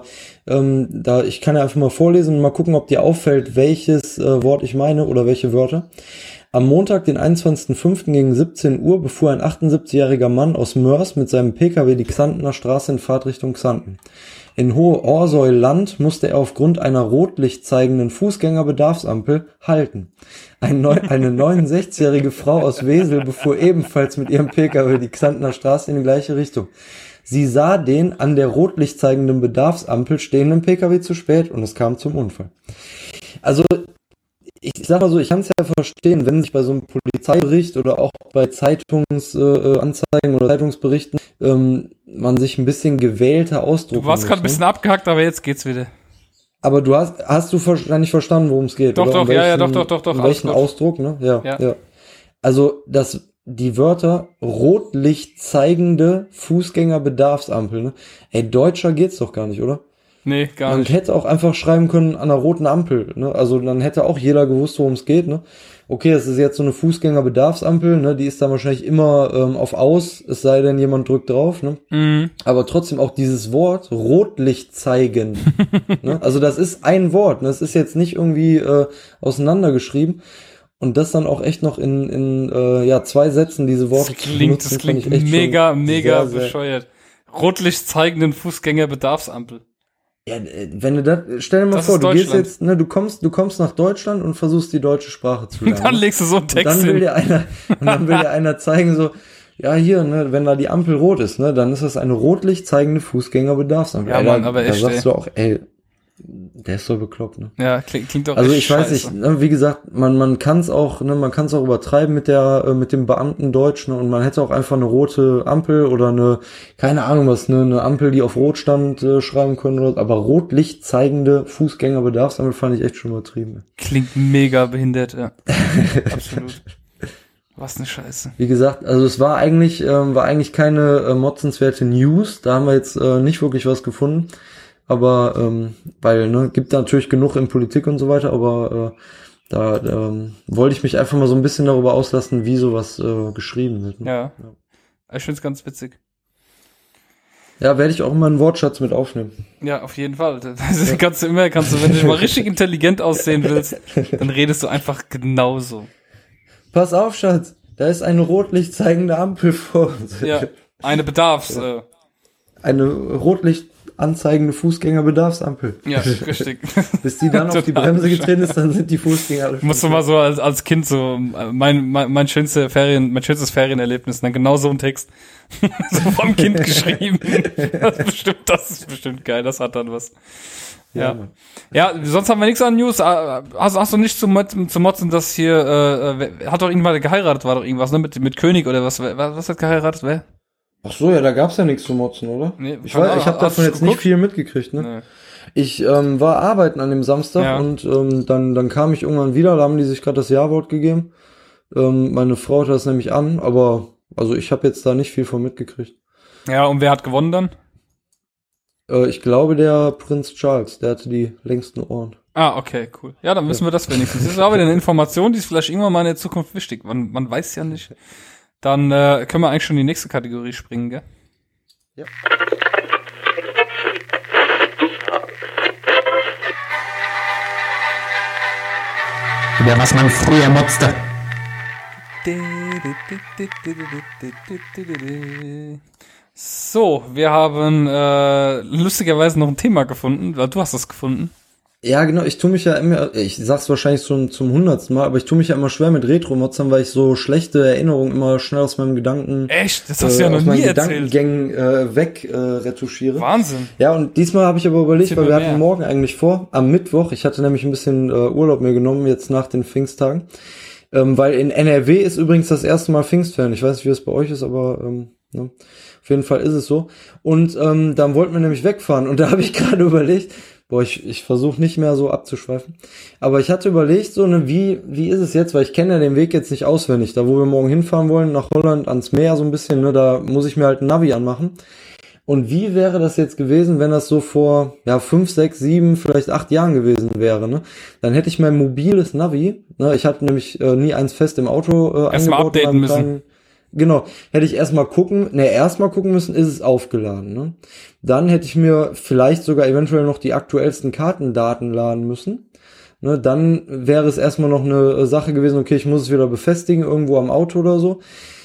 ich kann ja einfach mal vorlesen und mal gucken, ob dir auffällt, welches Wort ich meine oder welche Wörter. Am Montag, den 21.05. gegen 17 Uhr befuhr ein 78-jähriger Mann aus Mörs mit seinem Pkw die Xantener Straße in Fahrtrichtung Xanten. In Hohe-Orsoy-Land musste er aufgrund einer rotlicht zeigenden Fußgängerbedarfsampel halten. Eine 69-jährige Frau aus Wesel befuhr ebenfalls mit ihrem Pkw die Xantener Straße in die gleiche Richtung. Sie sah den an der rotlicht zeigenden Bedarfsampel stehenden Pkw zu spät und es kam zum Unfall. Also ich sag mal so, ich kann es ja verstehen, wenn sich bei so einem Polizeibericht oder auch bei Zeitungsanzeigen oder Zeitungsberichten man sich ein bisschen gewählter ausdrücken Du warst gerade ein bisschen abgehackt, aber jetzt geht's wieder. Aber du hast du wahrscheinlich verstanden, worum es geht? Doch, oder? Doch. Um welchen Ausdruck, ne? Ja. Also die Wörter rotlicht zeigende Fußgängerbedarfsampel, ne? Ey, deutscher geht's doch gar nicht, oder? Nee, gar nicht. Man hätte auch einfach schreiben können an einer roten Ampel, ne? Also dann hätte auch jeder gewusst, worum es geht, ne? Okay, es ist jetzt so eine Fußgängerbedarfsampel, ne? Die ist dann wahrscheinlich immer auf aus, es sei denn, jemand drückt drauf, ne? Mhm. Aber trotzdem auch dieses Wort Rotlicht zeigen, ne? Also das ist ein Wort, ne? Das ist jetzt nicht irgendwie auseinandergeschrieben. Und das dann auch echt noch in 2 Sätzen diese Worte das klingt mega sehr, bescheuert. Rotlicht zeigenden Fußgängerbedarfsampel. Ja, wenn du das, stell dir mal vor, du gehst jetzt, ne, du kommst nach Deutschland und versuchst die deutsche Sprache zu lernen. Und dann legst du so einen Text hin. Und dann will dir einer zeigen so, ja hier, ne, wenn da die Ampel rot ist, ne, dann ist das eine rotlicht zeigende Fußgängerbedarfsampel. Ja, Mann, aber echt. Da sagst du auch, ey, der ist so bekloppt, ne? Ja, klingt doch also echt ich weiß nicht, ne, wie gesagt, man kann es auch, ne, man kann es auch übertreiben mit dem Beamtendeutsch, ne, und man hätte auch einfach eine rote Ampel oder eine, keine Ahnung was, ne, eine Ampel, die auf Rot stand, schreiben können oder, aber Rotlicht zeigende Fußgängerbedarfsampel fand ich echt schon übertrieben. Klingt mega behindert, ja. Absolut. Was eine Scheiße. Wie gesagt, also es war eigentlich keine motzenswerte News, da haben wir jetzt nicht wirklich was gefunden. Aber, weil, ne, gibt natürlich genug in Politik und so weiter, aber da wollte ich mich einfach mal so ein bisschen darüber auslassen, wie sowas geschrieben wird. Ne? Ja. Ich find's ganz witzig. Ja, werde ich auch immer einen Wortschatz mit aufnehmen. Ja, auf jeden Fall. Kannst du, wenn du dich mal richtig intelligent aussehen willst, dann redest du einfach genauso. Pass auf, Schatz, da ist eine rotlicht zeigende Ampel vor uns. Ja, eine Bedarfs... Eine Rotlicht anzeigende Fußgängerbedarfsampel. Ja, richtig. Bis die dann auf die Bremse getreten ist, dann sind die Fußgänger alle. Musst du mal so als Kind so, mein schönstes Ferienerlebnis, dann genau so ein Text. So vom Kind geschrieben. Das ist bestimmt geil, das hat dann was. Ja. Ja, sonst haben wir nichts an News. Hast du nicht zu motzen, dass hier, hat doch irgendwann geheiratet, war doch irgendwas, ne? Mit König oder was? Was hat geheiratet? Wer? Ach so, ja, da gab's ja nichts zu motzen, oder? Nee, ich habe davon jetzt nicht viel mitgekriegt, ne? Nee. Ich war arbeiten an dem Samstag und dann kam ich irgendwann wieder, da haben die sich gerade das Ja-Wort gegeben. Meine Frau hat das nämlich an, aber also ich habe jetzt da nicht viel von mitgekriegt. Ja, und wer hat gewonnen dann? Ich glaube, der Prinz Charles, der hatte die längsten Ohren. Ah, okay, cool. Ja, dann wissen wir das wenigstens. Das ist aber eine Information, die ist vielleicht irgendwann mal in der Zukunft wichtig. Man weiß ja nicht. Dann können wir eigentlich schon in die nächste Kategorie springen, gell? Ja. Über was man früher motzte. So, wir haben lustigerweise noch ein Thema gefunden. Du hast das gefunden. Ja, genau, ich tue mich ja immer, ich sag's wahrscheinlich zum 100. Mal, aber ich tue mich ja immer schwer mit Retro-Motzern, weil ich so schlechte Erinnerungen immer schnell aus meinem Gedanken Echt? Das hast du ja noch nie erzählt. Gedankengängen retuschiere. Wahnsinn. Ja, und diesmal habe ich aber überlegt, weil wir hatten morgen eigentlich vor, am Mittwoch, ich hatte nämlich ein bisschen Urlaub mir genommen, jetzt nach den Pfingsttagen, weil in NRW ist übrigens das erste Mal Pfingstferien. Ich weiß nicht, wie es bei euch ist, aber ne? Auf jeden Fall ist es so. Und dann wollten wir nämlich wegfahren und da habe ich gerade überlegt, ich versuche nicht mehr so abzuschweifen. Aber ich hatte überlegt, so ne, wie ist es jetzt, weil ich kenne ja den Weg jetzt nicht auswendig. Da, wo wir morgen hinfahren wollen, nach Holland, ans Meer so ein bisschen, ne, da muss ich mir halt ein Navi anmachen. Und wie wäre das jetzt gewesen, wenn das so vor 5, 6, 7, vielleicht 8 Jahren gewesen wäre, ne? Dann hätte ich mein mobiles Navi, ne, ich hatte nämlich nie eins fest im Auto erstmal updaten müssen. Genau, hätte ich erstmal gucken müssen, ist es aufgeladen, ne? Dann hätte ich mir vielleicht sogar eventuell noch die aktuellsten Kartendaten laden müssen, ne? Dann wäre es erstmal noch eine Sache gewesen, okay, ich muss es wieder befestigen, irgendwo am Auto oder so.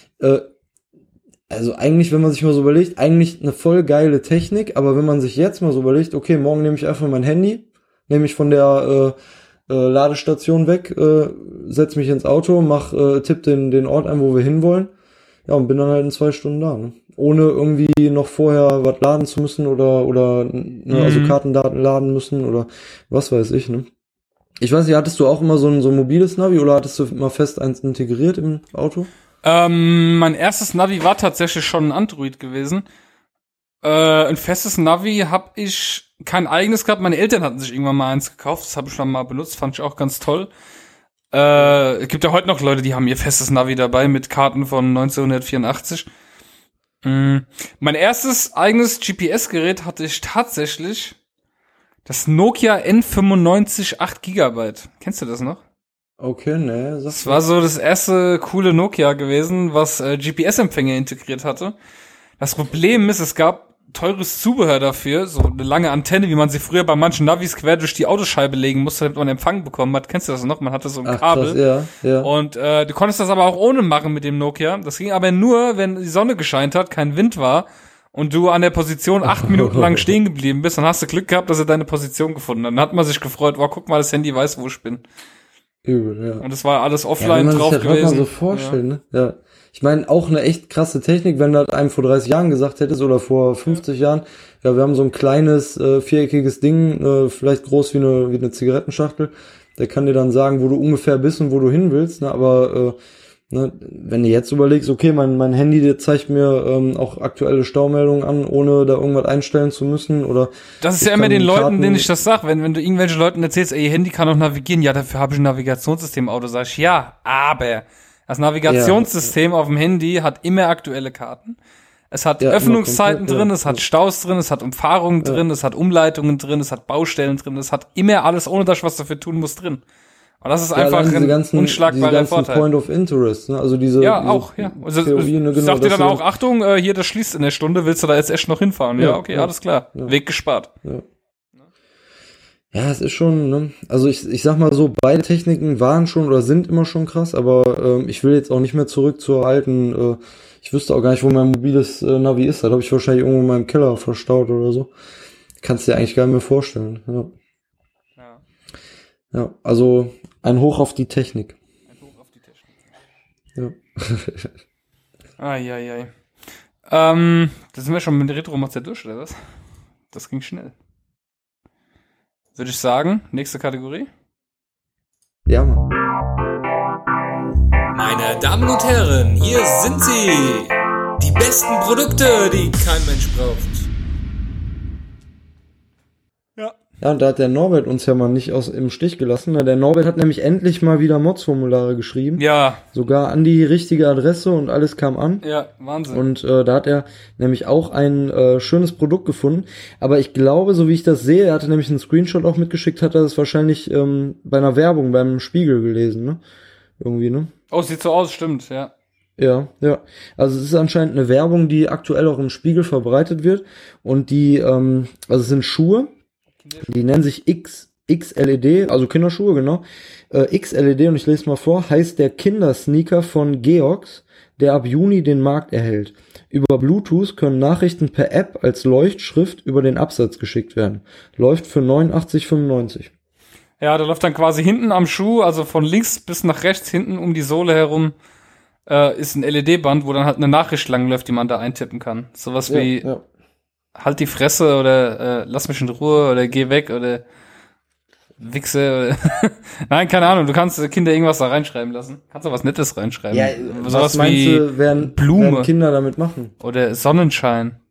Also eigentlich, wenn man sich mal so überlegt, eigentlich eine voll geile Technik, aber wenn man sich jetzt mal so überlegt, okay, morgen nehme ich einfach mein Handy, nehme ich von der Ladestation weg, setz mich ins Auto, tipp den Ort ein, wo wir hinwollen. Ja, und bin dann halt in 2 Stunden da, ne? Ohne irgendwie noch vorher was laden zu müssen oder ne, also Kartendaten laden müssen oder was weiß ich, ne? Ich weiß nicht, hattest du auch immer so ein mobiles Navi oder hattest du immer fest eins integriert im Auto? Mein erstes Navi war tatsächlich schon ein Android gewesen. Ein festes Navi habe ich kein eigenes gehabt. Meine Eltern hatten sich irgendwann mal eins gekauft. Das habe ich dann mal benutzt, fand ich auch ganz toll. Es gibt ja heute noch Leute, die haben ihr festes Navi dabei mit Karten von 1984. Mein erstes eigenes GPS-Gerät hatte ich tatsächlich das Nokia N95 8 GB. Kennst du das noch? Okay, ne. Das war so das erste coole Nokia gewesen, was GPS-Empfänger integriert hatte. Das Problem ist, es gab teures Zubehör dafür, so eine lange Antenne, wie man sie früher bei manchen Navis quer durch die Autoscheibe legen musste, damit man Empfang bekommen hat. Kennst du das noch? Man hatte so ein Kabel. Krass, ja. Und du konntest das aber auch ohne machen mit dem Nokia. Das ging aber nur, wenn die Sonne gescheint hat, kein Wind war und du an der Position 8 Minuten lang stehen geblieben bist. Dann hast du Glück gehabt, dass er deine Position gefunden hat. Dann hat man sich gefreut, wow, guck mal, das Handy weiß, wo ich bin. Übel, ja. Und es war alles offline drauf gewesen. Kann man sich so vorstellen, ne? Ja. Ich meine, auch eine echt krasse Technik, wenn du das einem vor 30 Jahren gesagt hättest oder vor 50 Jahren, ja, wir haben so ein kleines, viereckiges Ding, vielleicht groß wie eine Zigarettenschachtel, der kann dir dann sagen, wo du ungefähr bist und wo du hin willst, ne, aber, ne, wenn du jetzt überlegst, okay, mein Handy, der zeigt mir auch aktuelle Staumeldungen an, ohne da irgendwas einstellen zu müssen, oder. Das ist ja immer den Leuten, denen ich das sag, wenn du irgendwelchen Leuten erzählst, ey, ihr Handy kann auch navigieren, ja, dafür habe ich ein Navigationssystem im Auto, sag ich, ja, aber das Navigationssystem auf dem Handy hat immer aktuelle Karten. Es hat Öffnungszeiten drin, es hat Staus drin, es hat Umfahrungen drin, es hat Umleitungen drin, es hat Baustellen drin, es hat immer alles, ohne dass ich was dafür tun muss, drin. Und das ist einfach ein unschlagbarer Vorteil. Point of Interest, ne? Also diese auch, ja. Also Theorie, ne, genau, sagt dir dann auch, Achtung, hier, das schließt in der Stunde, willst du da jetzt echt noch hinfahren? Ja, okay, alles klar. Ja. Weg gespart. Ja, es ist schon, ne? Also ich sag mal so, beide Techniken waren schon oder sind immer schon krass, aber ich will jetzt auch nicht mehr zurück zur alten, ich wüsste auch gar nicht, wo mein mobiles Navi ist, das habe ich wahrscheinlich irgendwo in meinem Keller verstaut oder so. Kannst du dir eigentlich gar nicht mehr vorstellen. Ja. Ja, also ein Hoch auf die Technik. Ein Hoch auf die Technik. Ja. Eieiei. Da sind wir schon mit der Retro-Mods durch, oder was? Das ging schnell. Würde ich sagen, nächste Kategorie. Ja, Mann. Meine Damen und Herren, hier sind sie. Die besten Produkte, die kein Mensch braucht. Ja. Ja, und da hat der Norbert uns ja mal nicht im Stich gelassen. Der Norbert hat nämlich endlich mal wieder Mods-Formulare geschrieben. Ja. Sogar an die richtige Adresse und alles kam an. Ja, Wahnsinn. Und da hat er nämlich auch ein schönes Produkt gefunden. Aber ich glaube, so wie ich das sehe, er hatte nämlich einen Screenshot auch mitgeschickt, hat er das wahrscheinlich bei einer Werbung beim Spiegel gelesen, ne? Irgendwie, ne? Oh, sieht so aus, stimmt, ja. Ja. Also es ist anscheinend eine Werbung, die aktuell auch im Spiegel verbreitet wird. Und die, also es sind Schuhe, die nennen sich XLED, also Kinderschuhe, genau. XLED, und ich lese mal vor, heißt der Kindersneaker von Geox, der ab Juni den Markt erhält. Über Bluetooth können Nachrichten per App als Leuchtschrift über den Absatz geschickt werden. Läuft für 89,95. Ja, da läuft dann quasi hinten am Schuh, also von links bis nach rechts, hinten um die Sohle herum, ist ein LED-Band, wo dann halt eine Nachricht langläuft, die man da eintippen kann. Sowas wie, halt die Fresse oder lass mich in Ruhe oder geh weg oder Wichse oder nein, keine Ahnung, du kannst Kinder irgendwas da reinschreiben lassen. Kannst du was Nettes reinschreiben. Ja, sowas was meinst wie du, werden Kinder damit machen? Oder Sonnenschein.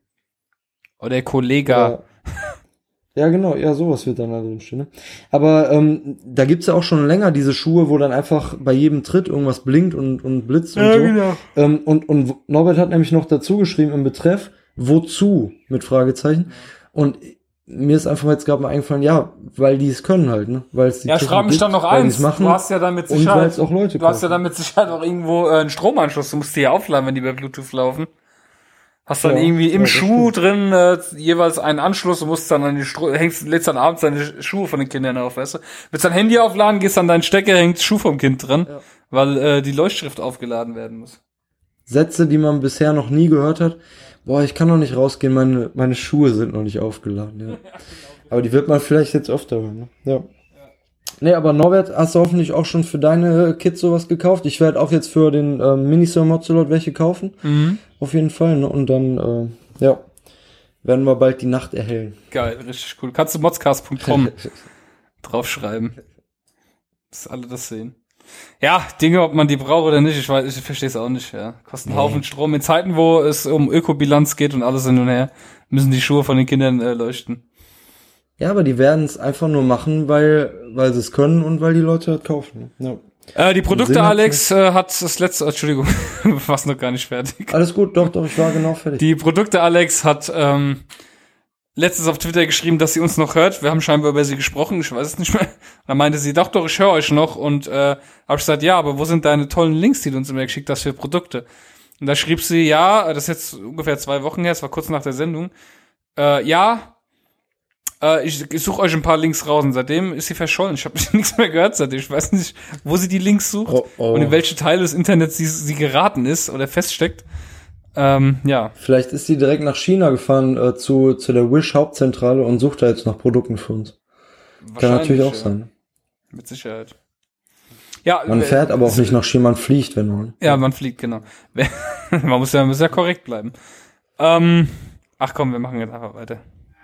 Oder Kollega. Ja, genau, ja, sowas wird dann da drin stehen. Ne? Aber da gibt's ja auch schon länger diese Schuhe, wo dann einfach bei jedem Tritt irgendwas blinkt und blitzt und so. Genau. Und Norbert hat nämlich noch dazu geschrieben im Betreff, wozu? Mit Fragezeichen. Und mir ist einfach jetzt gerade mal eingefallen, ja, weil die es können halt, ne? Weil es die Ja, schreib mich dann noch eins. Machen, du hast ja dann mit und Sicherheit, weil es auch Leute du hast ja dann mit Sicherheit auch irgendwo einen Stromanschluss. Du musst die ja aufladen, wenn die bei Bluetooth laufen. Hast dann irgendwie im Schuh drin jeweils einen Anschluss und musst dann an die lädst dann abends deine Schuhe von den Kindern auf, weißt du? Willst dein Handy aufladen, gehst an deinen Stecker, hängt Schuh vom Kind drin, weil die Leuchtschrift aufgeladen werden muss. Sätze, die man bisher noch nie gehört hat. Boah, ich kann noch nicht rausgehen, meine Schuhe sind noch nicht aufgeladen, ja. Aber die wird man vielleicht jetzt öfter hören, ne? Ja. Nee, aber Norbert, hast du hoffentlich auch schon für deine Kids sowas gekauft? Ich werde auch jetzt für den Miniso Mozzolot welche kaufen. Mhm. Auf jeden Fall, ne? Und dann, werden wir bald die Nacht erhellen. Geil, richtig cool. Kannst du modscast.com draufschreiben. Dass alle das sehen. Ja, Dinge, ob man die braucht oder nicht, ich verstehe es auch nicht, ja. Kosten einen Haufen Strom. In Zeiten, wo es um Ökobilanz geht und alles hin und her, müssen die Schuhe von den Kindern leuchten. Ja, aber die werden es einfach nur machen, weil sie es können und weil die Leute halt kaufen. Ja. Die Produkte, Alex, hat das letzte, Entschuldigung, war's noch gar nicht fertig. Alles gut, doch, ich war genau fertig. Die Produkte, Alex, hat letztens auf Twitter geschrieben, dass sie uns noch hört. Wir haben scheinbar über sie gesprochen, ich weiß es nicht mehr. Da meinte sie, doch, ich höre euch noch. Und hab ich gesagt, ja, aber wo sind deine tollen Links, die du uns immer geschickt hast für Produkte? Und da schrieb sie, ja, das ist jetzt ungefähr 2 Wochen her, es war kurz nach der Sendung, ich suche euch ein paar Links raus und seitdem ist sie verschollen. Ich habe nichts mehr gehört seitdem. Ich weiß nicht, wo sie die Links sucht und in welche Teile des Internets sie geraten ist oder feststeckt. Ja. Vielleicht ist sie direkt nach China gefahren zu der Wish Hauptzentrale und sucht da jetzt nach Produkten für uns. Kann natürlich auch sein. Mit Sicherheit. Ja, man fährt aber auch nicht nach China, man fliegt, wenn man. Ja, man fliegt, genau. Man muss ja korrekt bleiben. Ach komm, wir machen jetzt einfach weiter.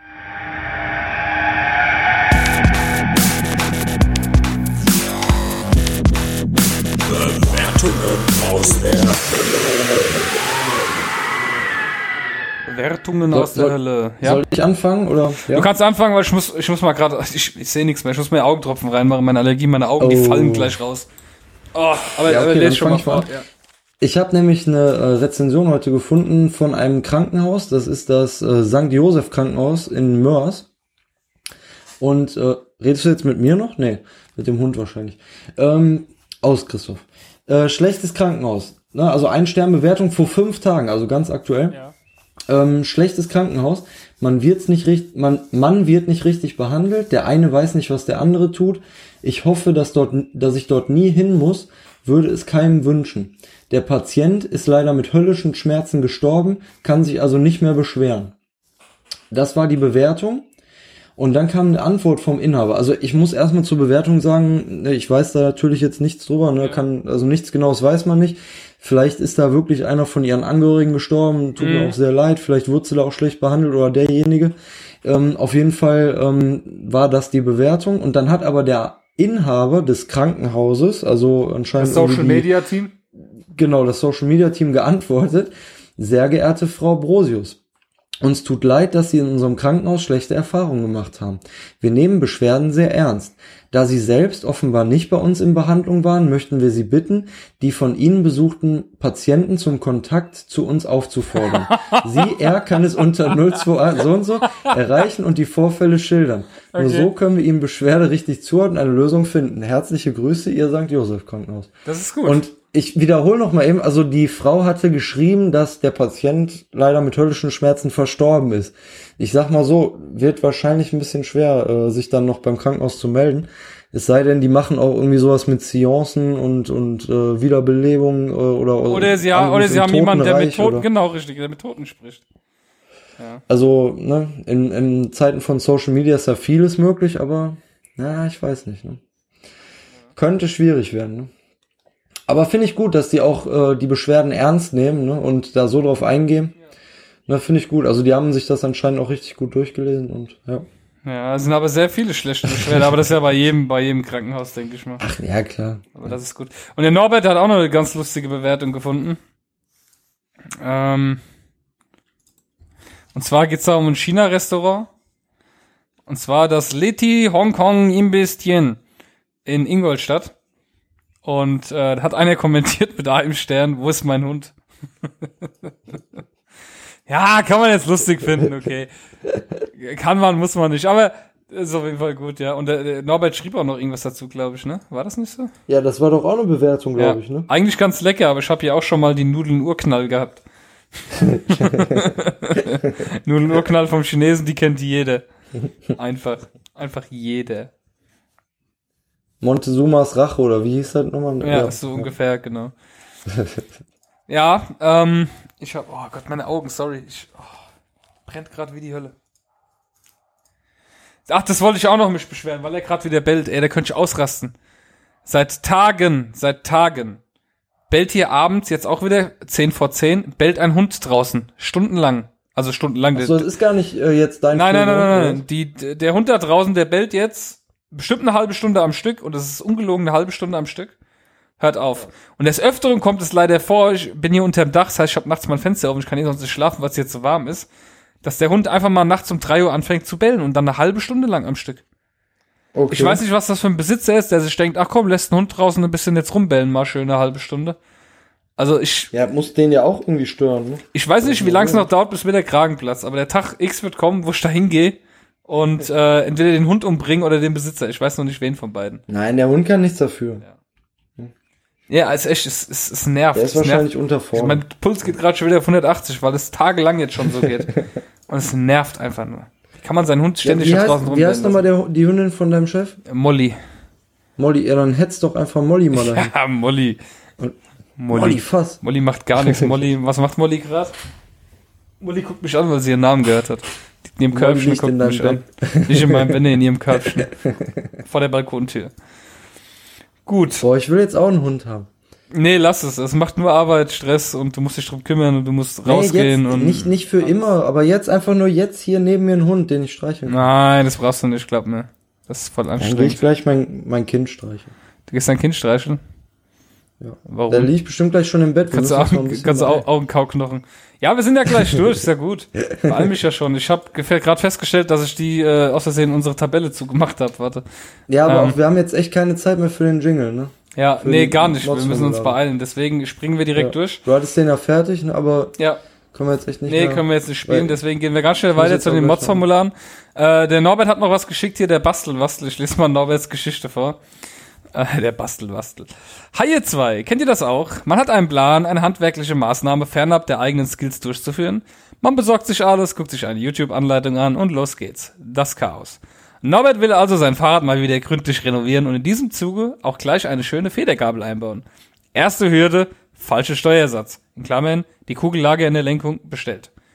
Wertungen aus der Hölle. Ja? Soll ich anfangen oder? Ja? Du kannst anfangen, weil ich muss mal gerade, ich sehe nichts mehr. Ich muss mir Augentropfen reinmachen. Meine Allergie, meine Augen, die fallen gleich raus. Oh, aber lese schon mal vor. Ja. Ich habe nämlich eine Rezension heute gefunden von einem Krankenhaus. Das ist das St. Joseph Krankenhaus in Mörs. Und redest du jetzt mit mir noch? Nee, mit dem Hund wahrscheinlich. Aus Christoph. Schlechtes Krankenhaus. Ne? Also 1-Stern-Bewertung vor 5 Tagen, also ganz aktuell. Ja. Schlechtes Krankenhaus. Man wird nicht richtig behandelt. Der eine weiß nicht, was der andere tut. Ich hoffe, dass ich dort nie hin muss, würde es keinem wünschen. Der Patient ist leider mit höllischen Schmerzen gestorben, kann sich also nicht mehr beschweren. Das war die Bewertung. Und dann kam eine Antwort vom Inhaber. Also ich muss erstmal zur Bewertung sagen, ich weiß da natürlich jetzt nichts drüber, ne, also nichts Genaues weiß man nicht. Vielleicht ist da wirklich einer von ihren Angehörigen gestorben, tut mir auch sehr leid, vielleicht wurde sie da auch schlecht behandelt oder derjenige. Auf jeden Fall war das die Bewertung. Und dann hat aber der Inhaber des Krankenhauses, also anscheinend das Social Media Team? Genau, das Social Media Team geantwortet: Sehr geehrte Frau Brosius, uns tut leid, dass Sie in unserem Krankenhaus schlechte Erfahrungen gemacht haben. Wir nehmen Beschwerden sehr ernst. Da Sie selbst offenbar nicht bei uns in Behandlung waren, möchten wir Sie bitten, die von Ihnen besuchten Patienten zum Kontakt zu uns aufzufordern. Er kann es unter 021 so und so erreichen und die Vorfälle schildern. Okay. Nur so können wir Ihnen Beschwerde richtig zuordnen und eine Lösung finden. Herzliche Grüße, Ihr St. Joseph Krankenhaus. Das ist gut. Und ich wiederhole noch mal eben, also die Frau hatte geschrieben, dass der Patient leider mit höllischen Schmerzen verstorben ist. Ich sag mal so, wird wahrscheinlich ein bisschen schwer, sich dann noch beim Krankenhaus zu melden. Es sei denn, die machen auch irgendwie sowas mit Seancen und Wiederbelebung oder sie haben jemanden, der mit Toten, genau richtig, der mit Toten spricht. Ja. Also, ne, in Zeiten von Social Media ist ja vieles möglich, aber ich weiß nicht, ne. Könnte schwierig werden, ne. Aber finde ich gut, dass die auch die Beschwerden ernst nehmen, ne, und da so drauf eingehen. Ja. Finde ich gut. Also die haben sich das anscheinend auch richtig gut durchgelesen und ja. Ja, es sind aber sehr viele schlechte Beschwerden, aber das ist ja bei jedem Krankenhaus, denke ich mal. Ach ja, klar. Aber das ist gut. Und der Norbert hat auch noch eine ganz lustige Bewertung gefunden. Und zwar geht's da um ein China-Restaurant. Und zwar das Leti Hong Kong Imbistien in Ingolstadt. Und da hat einer kommentiert mit einem Stern: Wo ist mein Hund? Ja, kann man jetzt lustig finden, okay. Kann man, muss man nicht, aber ist auf jeden Fall gut, ja. Und der Norbert schrieb auch noch irgendwas dazu, glaube ich, ne? War das nicht so? Ja, das war doch auch eine Bewertung, glaube ich, ne? Eigentlich ganz lecker, aber ich habe ja auch schon mal die Nudeln-Urknall gehabt. Nudeln-Urknall vom Chinesen, die kennt jeder. Einfach jeder. Montezumas Rache, oder wie hieß das nochmal? Ja, so ungefähr, genau. Ja, ich hab, oh Gott, meine Augen, sorry. Brennt gerade wie die Hölle. Ach, das wollte ich auch noch mich beschweren, weil er gerade wieder bellt. Ey, der könnte ich ausrasten. Seit Tagen, bellt hier abends, jetzt auch wieder 10:10, bellt ein Hund draußen. Stundenlang. Also stundenlang. Achso, das ist gar nicht jetzt dein Nein. Der Hund da draußen, der bellt jetzt bestimmt eine halbe Stunde am Stück, und das ist ungelogen eine halbe Stunde am Stück. Hört auf. Und des Öfteren kommt es leider vor, ich bin hier unterm Dach, das heißt, ich habe nachts mein Fenster offen, ich kann hier sonst nicht schlafen, weil es jetzt so warm ist, dass der Hund einfach mal nachts um 3 Uhr anfängt zu bellen und dann eine halbe Stunde lang am Stück. Okay. Ich weiß nicht, was das für ein Besitzer ist, der sich denkt, ach komm, lässt einen Hund draußen ein bisschen jetzt rumbellen, mal schön eine halbe Stunde. Also muss den ja auch irgendwie stören, ne? Ich weiß nicht, wie lange es noch dauert, bis mir der Kragen platzt, aber der Tag X wird kommen, wo ich da hingehe und entweder den Hund umbringen oder den Besitzer. Ich weiß noch nicht, wen von beiden. Nein, der Hund kann nichts dafür. Ja, es ist echt, es nervt. Der ist wahrscheinlich unter Form. Mein Puls geht gerade schon wieder auf 180, weil es tagelang jetzt schon so geht. Und es nervt einfach nur. Kann man seinen Hund ständig draußen rumbellen? Wie heißt nochmal die Hündin von deinem Chef? Molly. Molly, ja, dann hätt's doch einfach Molly mal dahin. Ja, Molly. Molly, fass. Molly macht gar nichts. Was macht Molly gerade? Molly guckt mich an, weil sie ihren Namen gehört hat. Die in ihrem Körbchen guckt mich an. Nicht in meinem Bett, in ihrem Körbchen. Vor der Balkontür. Gut. Boah, ich will jetzt auch einen Hund haben. Nee, lass es. Es macht nur Arbeit, Stress und du musst dich drum kümmern und du musst rausgehen. Jetzt, und nicht für immer, aber jetzt einfach nur jetzt hier neben mir einen Hund, den ich streicheln kann. Nein, das brauchst du nicht, glaub mir. Das ist voll anstrengend. Dann gehe ich gleich mein Kind streicheln. Du gehst dein Kind streicheln? Ja. Warum? Der liegt bestimmt gleich schon im Bett. Kannst du auch einen Kauknochen. Ja, wir sind ja gleich durch, ist ja gut. Vor allem ich ja schon. Ich habe gerade festgestellt, dass ich die aus Versehen unsere Tabelle zugemacht habe. Warte. Ja, aber auch wir haben jetzt echt keine Zeit mehr für den Jingle, ne? Ja, nee, gar nicht. Wir müssen uns beeilen. Deswegen springen wir direkt durch. Du hattest den ja fertig, ne? Aber ja. Können wir jetzt echt nicht mehr. Nee, können wir jetzt nicht spielen. Deswegen gehen wir ganz schnell weiter zu den Mods-Formularen. Der Norbert hat noch was geschickt hier, der Bastel. Ich lese mal Norberts Geschichte vor. Der Bastel. Haie 2, kennt ihr das auch? Man hat einen Plan, eine handwerkliche Maßnahme fernab der eigenen Skills durchzuführen. Man besorgt sich alles, guckt sich eine YouTube-Anleitung an und los geht's. Das Chaos. Norbert will also sein Fahrrad mal wieder gründlich renovieren und in diesem Zuge auch gleich eine schöne Federgabel einbauen. Erste Hürde, falscher Steuersatz. In Klammern, die Kugellage in der Lenkung bestellt.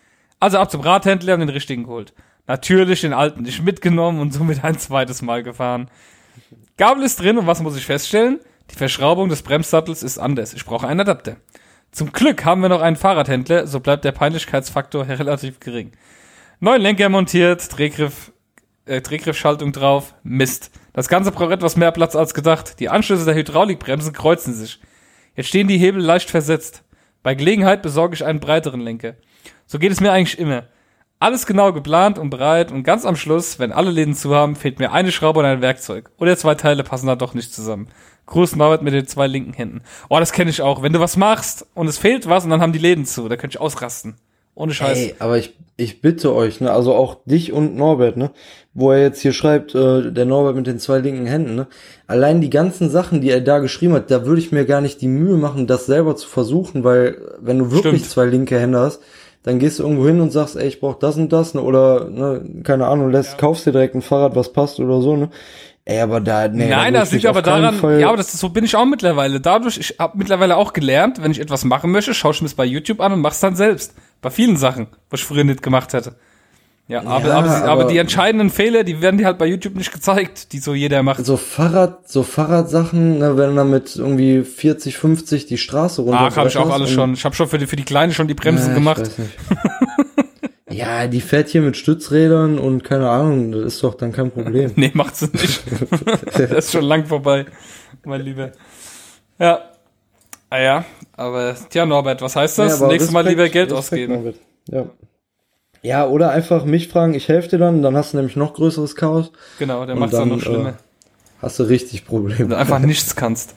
Also ab zum Radhändler und den richtigen geholt. Natürlich den alten nicht mitgenommen und somit ein zweites Mal gefahren. Gabel ist drin und was muss ich feststellen? Die Verschraubung des Bremssattels ist anders. Ich brauche einen Adapter. Zum Glück haben wir noch einen Fahrradhändler, so bleibt der Peinlichkeitsfaktor relativ gering. Neuen Lenker montiert, Drehgriffschaltung drauf, Mist. Das Ganze braucht etwas mehr Platz als gedacht. Die Anschlüsse der Hydraulikbremsen kreuzen sich. Jetzt stehen die Hebel leicht versetzt. Bei Gelegenheit besorge ich einen breiteren Lenker. So geht es mir eigentlich immer. Alles genau geplant und bereit und ganz am Schluss, wenn alle Läden zu haben, fehlt mir eine Schraube und ein Werkzeug. Oder 2 Teile passen da doch nicht zusammen. Gruß Norbert mit den 2 linken Händen. Oh, das kenne ich auch. Wenn du was machst und es fehlt was und dann haben die Läden zu, da könnte ich ausrasten. Ohne Scheiß. Ey, aber ich bitte euch, ne, also auch dich und Norbert, ne, wo er jetzt hier schreibt, der Norbert mit den 2 linken Händen, ne, allein die ganzen Sachen, die er da geschrieben hat, da würde ich mir gar nicht die Mühe machen, das selber zu versuchen, weil wenn du wirklich 2 linke Hände hast, dann gehst du irgendwo hin und sagst, ey, ich brauch das und das, ne, oder, ne, keine Ahnung, kaufst dir direkt ein Fahrrad, was passt oder so, ne. Ey, aber Nein, das liegt aber daran, ja, aber so bin ich auch mittlerweile. Dadurch, ich habe mittlerweile auch gelernt, wenn ich etwas machen möchte, schaue ich mir es bei YouTube an und mach's dann selbst. Bei vielen Sachen, was ich früher nicht gemacht hätte. Ja, aber die entscheidenden Fehler, die werden dir halt bei YouTube nicht gezeigt, die so jeder macht. So Fahrradsachen, ne, wenn dann mit irgendwie 40, 50 die Straße runter. Ach, habe ich auch alles schon. Ich habe schon für die Kleine schon die Bremsen gemacht. Ich weiß nicht. Ja, die fährt hier mit Stützrädern und keine Ahnung, das ist doch dann kein Problem. Nee, macht sie nicht. Das ist schon lang vorbei, mein Lieber. Ja. Ah ja, aber tja, Norbert, was heißt das? Ja, Nächstes Mal lieber Geld ausgeben. Norbert. Ja. Ja, oder einfach mich fragen, ich helfe dir dann hast du nämlich noch größeres Chaos. Genau, der macht's dann noch schlimmer. Hast du richtig Probleme. Wenn du einfach nichts kannst.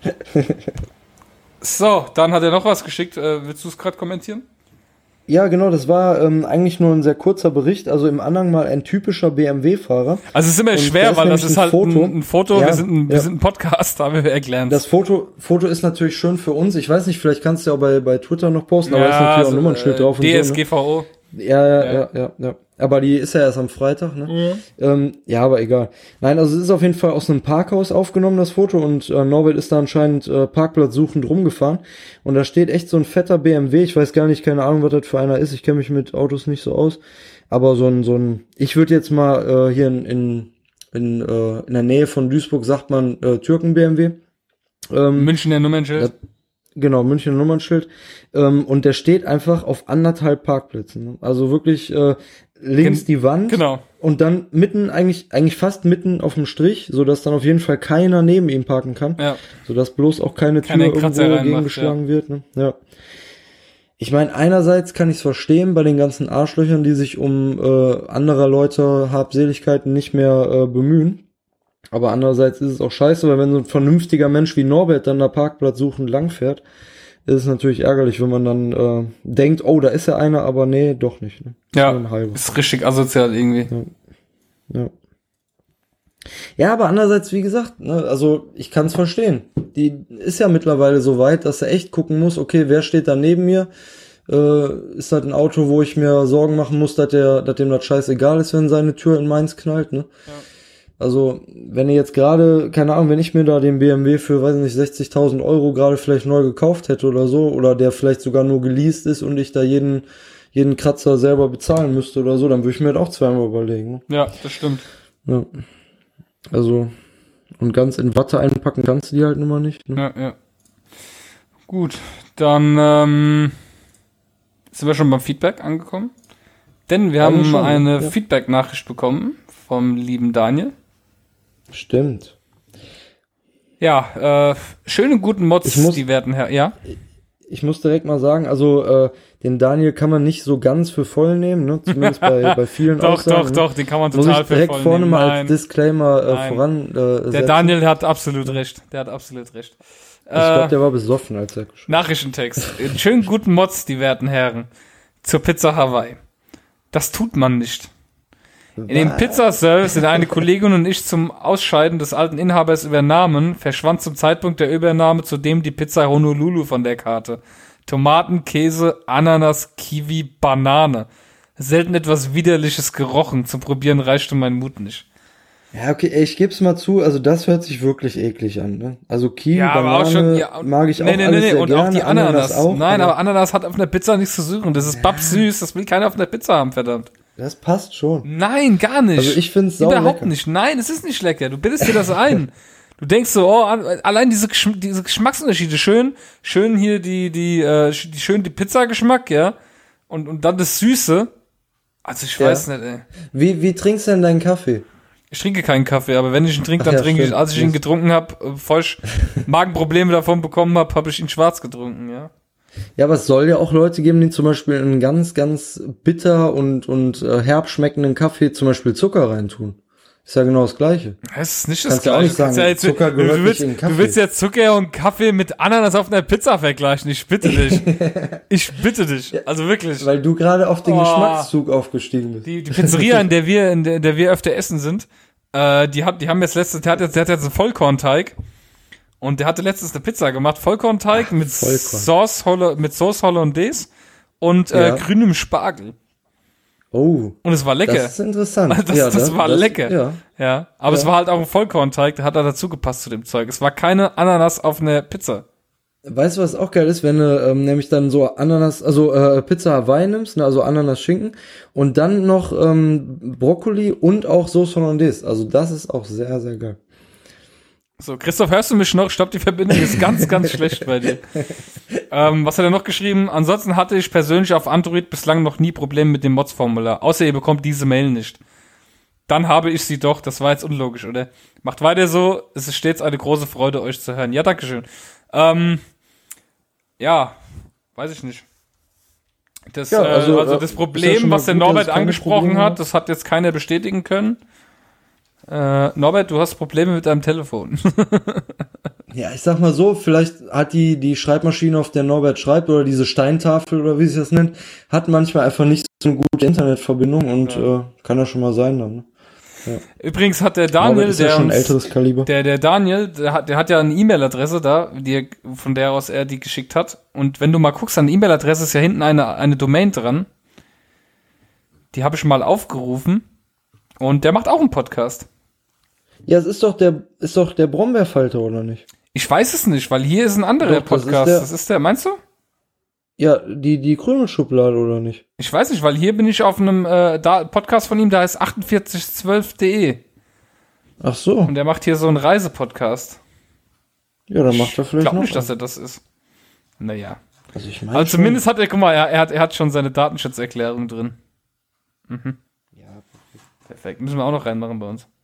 So, dann hat er noch was geschickt. Willst du es gerade kommentieren? Ja, genau, das war eigentlich nur ein sehr kurzer Bericht, also im Anhang mal ein typischer BMW-Fahrer. Also es ist immer schwer, weil das ist halt ein Foto, ja, wir sind ein Podcast, da haben wir erklärt. Das Foto ist natürlich schön für uns, ich weiß nicht, vielleicht kannst du ja auch bei Twitter noch posten, aber da ist natürlich auch ein Nummernschild drauf. DSGVO. Und so, ne? Ja. Aber die ist ja erst am Freitag, ne? Ja, aber egal. Nein, also es ist auf jeden Fall aus einem Parkhaus aufgenommen, das Foto, und Norbert ist da anscheinend Parkplatz suchend rumgefahren. Und da steht echt so ein fetter BMW, ich weiß gar nicht, keine Ahnung, was das für einer ist, ich kenne mich mit Autos nicht so aus, aber so ein ich würde jetzt mal hier in der Nähe von Duisburg sagt man Türken-BMW. Münchner Nummernschild. Genau, Münchner Nummernschild. Und der steht einfach auf 1,5 Parkplätzen. Ne? Also wirklich links die Wand. Genau. Und dann mitten, eigentlich fast mitten auf dem Strich, sodass dann auf jeden Fall keiner neben ihm parken kann. Ja. Sodass bloß auch keine Tür irgendwo gegengeschlagen wird. Ne? Ja. Ich meine, einerseits kann ich es verstehen bei den ganzen Arschlöchern, die sich um anderer Leute Habseligkeiten nicht mehr bemühen. Aber andererseits ist es auch scheiße, weil wenn so ein vernünftiger Mensch wie Norbert dann da Parkplatz suchend langfährt, ist es natürlich ärgerlich, wenn man dann denkt, oh, da ist ja einer, aber nee, doch nicht. Ne? Ja, ist richtig asozial irgendwie. Ja, aber andererseits, wie gesagt, ne, also ich kann es verstehen. Die ist ja mittlerweile so weit, dass er echt gucken muss, okay, wer steht da neben mir? Ist halt ein Auto, wo ich mir Sorgen machen muss, dass dem das scheißegal ist, wenn seine Tür in meins knallt, ne? Ja. Also, wenn ihr jetzt gerade, keine Ahnung, wenn ich mir da den BMW für, weiß nicht, 60.000 Euro gerade vielleicht neu gekauft hätte oder so, oder der vielleicht sogar nur geleast ist und ich da jeden Kratzer selber bezahlen müsste oder so, dann würde ich mir halt auch zweimal überlegen. Ne? Ja, das stimmt. Ja. Also, und ganz in Watte einpacken kannst du die halt nun mal nicht. Ne? Ja. Gut, dann sind wir schon beim Feedback angekommen. Denn wir haben eine Feedback-Nachricht bekommen vom lieben Daniel. Stimmt. Ja, schöne guten Mods, die werden her. Ja. Ich muss direkt mal sagen, also den Daniel kann man nicht so ganz für voll nehmen, ne? Zumindest bei vielen Aussagen. Doch, den kann man total für voll nehmen. Muss ich direkt vorne mal als Disclaimer voran der Daniel hat absolut recht. Ich glaube, der war besoffen, als er gesprochen hat. Nachrichtentext. Schönen guten Mods, die werten Herren. Zur Pizza Hawaii. Das tut man nicht. In dem Pizzaservice, den eine Kollegin und ich zum Ausscheiden des alten Inhabers übernahmen, verschwand zum Zeitpunkt der Übernahme zudem die Pizza Honolulu von der Karte. Tomaten, Käse, Ananas, Kiwi, Banane. Selten etwas Widerliches gerochen. Zum Probieren reichte mein Mut nicht. Ja, okay, ich geb's mal zu, also das hört sich wirklich eklig an, ne? Also Kiwi, Ja, aber Banane auch schon, ja, mag ich auch alles sehr und gerne, auch die Ananas. auch. Nein, aber Ananas hat auf einer Pizza nichts zu suchen. Das ist babsüß, das will keiner auf einer Pizza haben, verdammt. Das passt schon. Nein, gar nicht. Also ich find's sau Überhaupt lecker. nicht. Nein, es ist nicht lecker. Du bildest dir das ein. Du denkst so, oh, allein diese Geschmacksunterschiede, schön hier schön die Pizzageschmack, ja. Und dann das Süße. Also ich weiß nicht, ey. Wie trinkst du denn deinen Kaffee? Ich trinke keinen Kaffee, aber wenn ich ihn trinke, dann trinke ich, als ich ihn getrunken habe, bevor ich Magenprobleme davon bekommen habe ich ihn schwarz getrunken, ja. Ja, aber es soll ja auch Leute geben, die zum Beispiel einen ganz, ganz bitter und herb schmeckenden Kaffee zum Beispiel Zucker reintun. Ist ja genau das Gleiche. Das ist nicht das Gleiche. Kannst ja auch nicht sagen, Zucker gehört nicht in Kaffee. Du willst ja Zucker und Kaffee mit Ananas auf einer Pizza vergleichen. Ich bitte dich. Ich bitte dich. Also wirklich. Weil du gerade auf den Geschmackszug aufgestiegen bist. Die Pizzeria, in der wir öfter essen sind, die haben jetzt der hat jetzt einen Vollkornteig. Und der hatte letztens eine Pizza gemacht. Vollkornteig mit Sauce Hollandaise und grünem Spargel. Oh. Und es war lecker. Das ist interessant. Das war lecker. Ja. Aber es war halt auch ein Vollkornteig, der hat da dazu gepasst zu dem Zeug. Es war keine Ananas auf einer Pizza. Weißt du, was auch geil ist, wenn du nämlich dann so Ananas, also Pizza Hawaii nimmst, ne, also Ananas Schinken und dann noch Brokkoli und auch Sauce Hollandaise. Also das ist auch sehr, sehr geil. So, Christoph, hörst du mich noch? Ich glaube, die Verbindung ist ganz, ganz schlecht bei dir. Was hat er noch geschrieben? Ansonsten hatte ich persönlich auf Android bislang noch nie Probleme mit dem Mods-Formular. Außer ihr bekommt diese Mail nicht. Dann habe ich sie doch. Das war jetzt unlogisch, oder? Macht weiter so. Es ist stets eine große Freude, euch zu hören. Ja, dankeschön. Ja, weiß ich nicht. Das, also das Problem, was der Norbert angesprochen hat, das hat jetzt keiner bestätigen können. Norbert, du hast Probleme mit deinem Telefon. Ja, ich sag mal so, vielleicht hat die Schreibmaschine, auf der Norbert schreibt, oder diese Steintafel oder wie sich das nennt, hat manchmal einfach nicht so eine gute Internetverbindung und kann ja schon mal sein dann. Ne? Ja. Übrigens hat der Daniel, der schon älteres Kaliber. Der Daniel, der hat ja eine E-Mail-Adresse da, von der aus er die geschickt hat. Und wenn du mal guckst, an der E-Mail-Adresse ist ja hinten eine Domain dran. Die habe ich mal aufgerufen. Und der macht auch einen Podcast. Ja, es ist doch der Brombeerfalter, oder nicht? Ich weiß es nicht, weil hier ist ein anderer Podcast. Das ist der, meinst du? Ja, die Krümelschublade, oder nicht? Ich weiß nicht, weil hier bin ich auf einem Podcast von ihm, da ist 4812.de. Ach so. Und der macht hier so einen Reisepodcast. Ja, dann macht er vielleicht noch. Ich glaube nicht, dass er das ist. Naja. Also ich meine zumindest hat er, guck mal, er hat schon seine Datenschutzerklärung drin. Mhm. Ja, perfekt. Müssen wir auch noch reinmachen bei uns.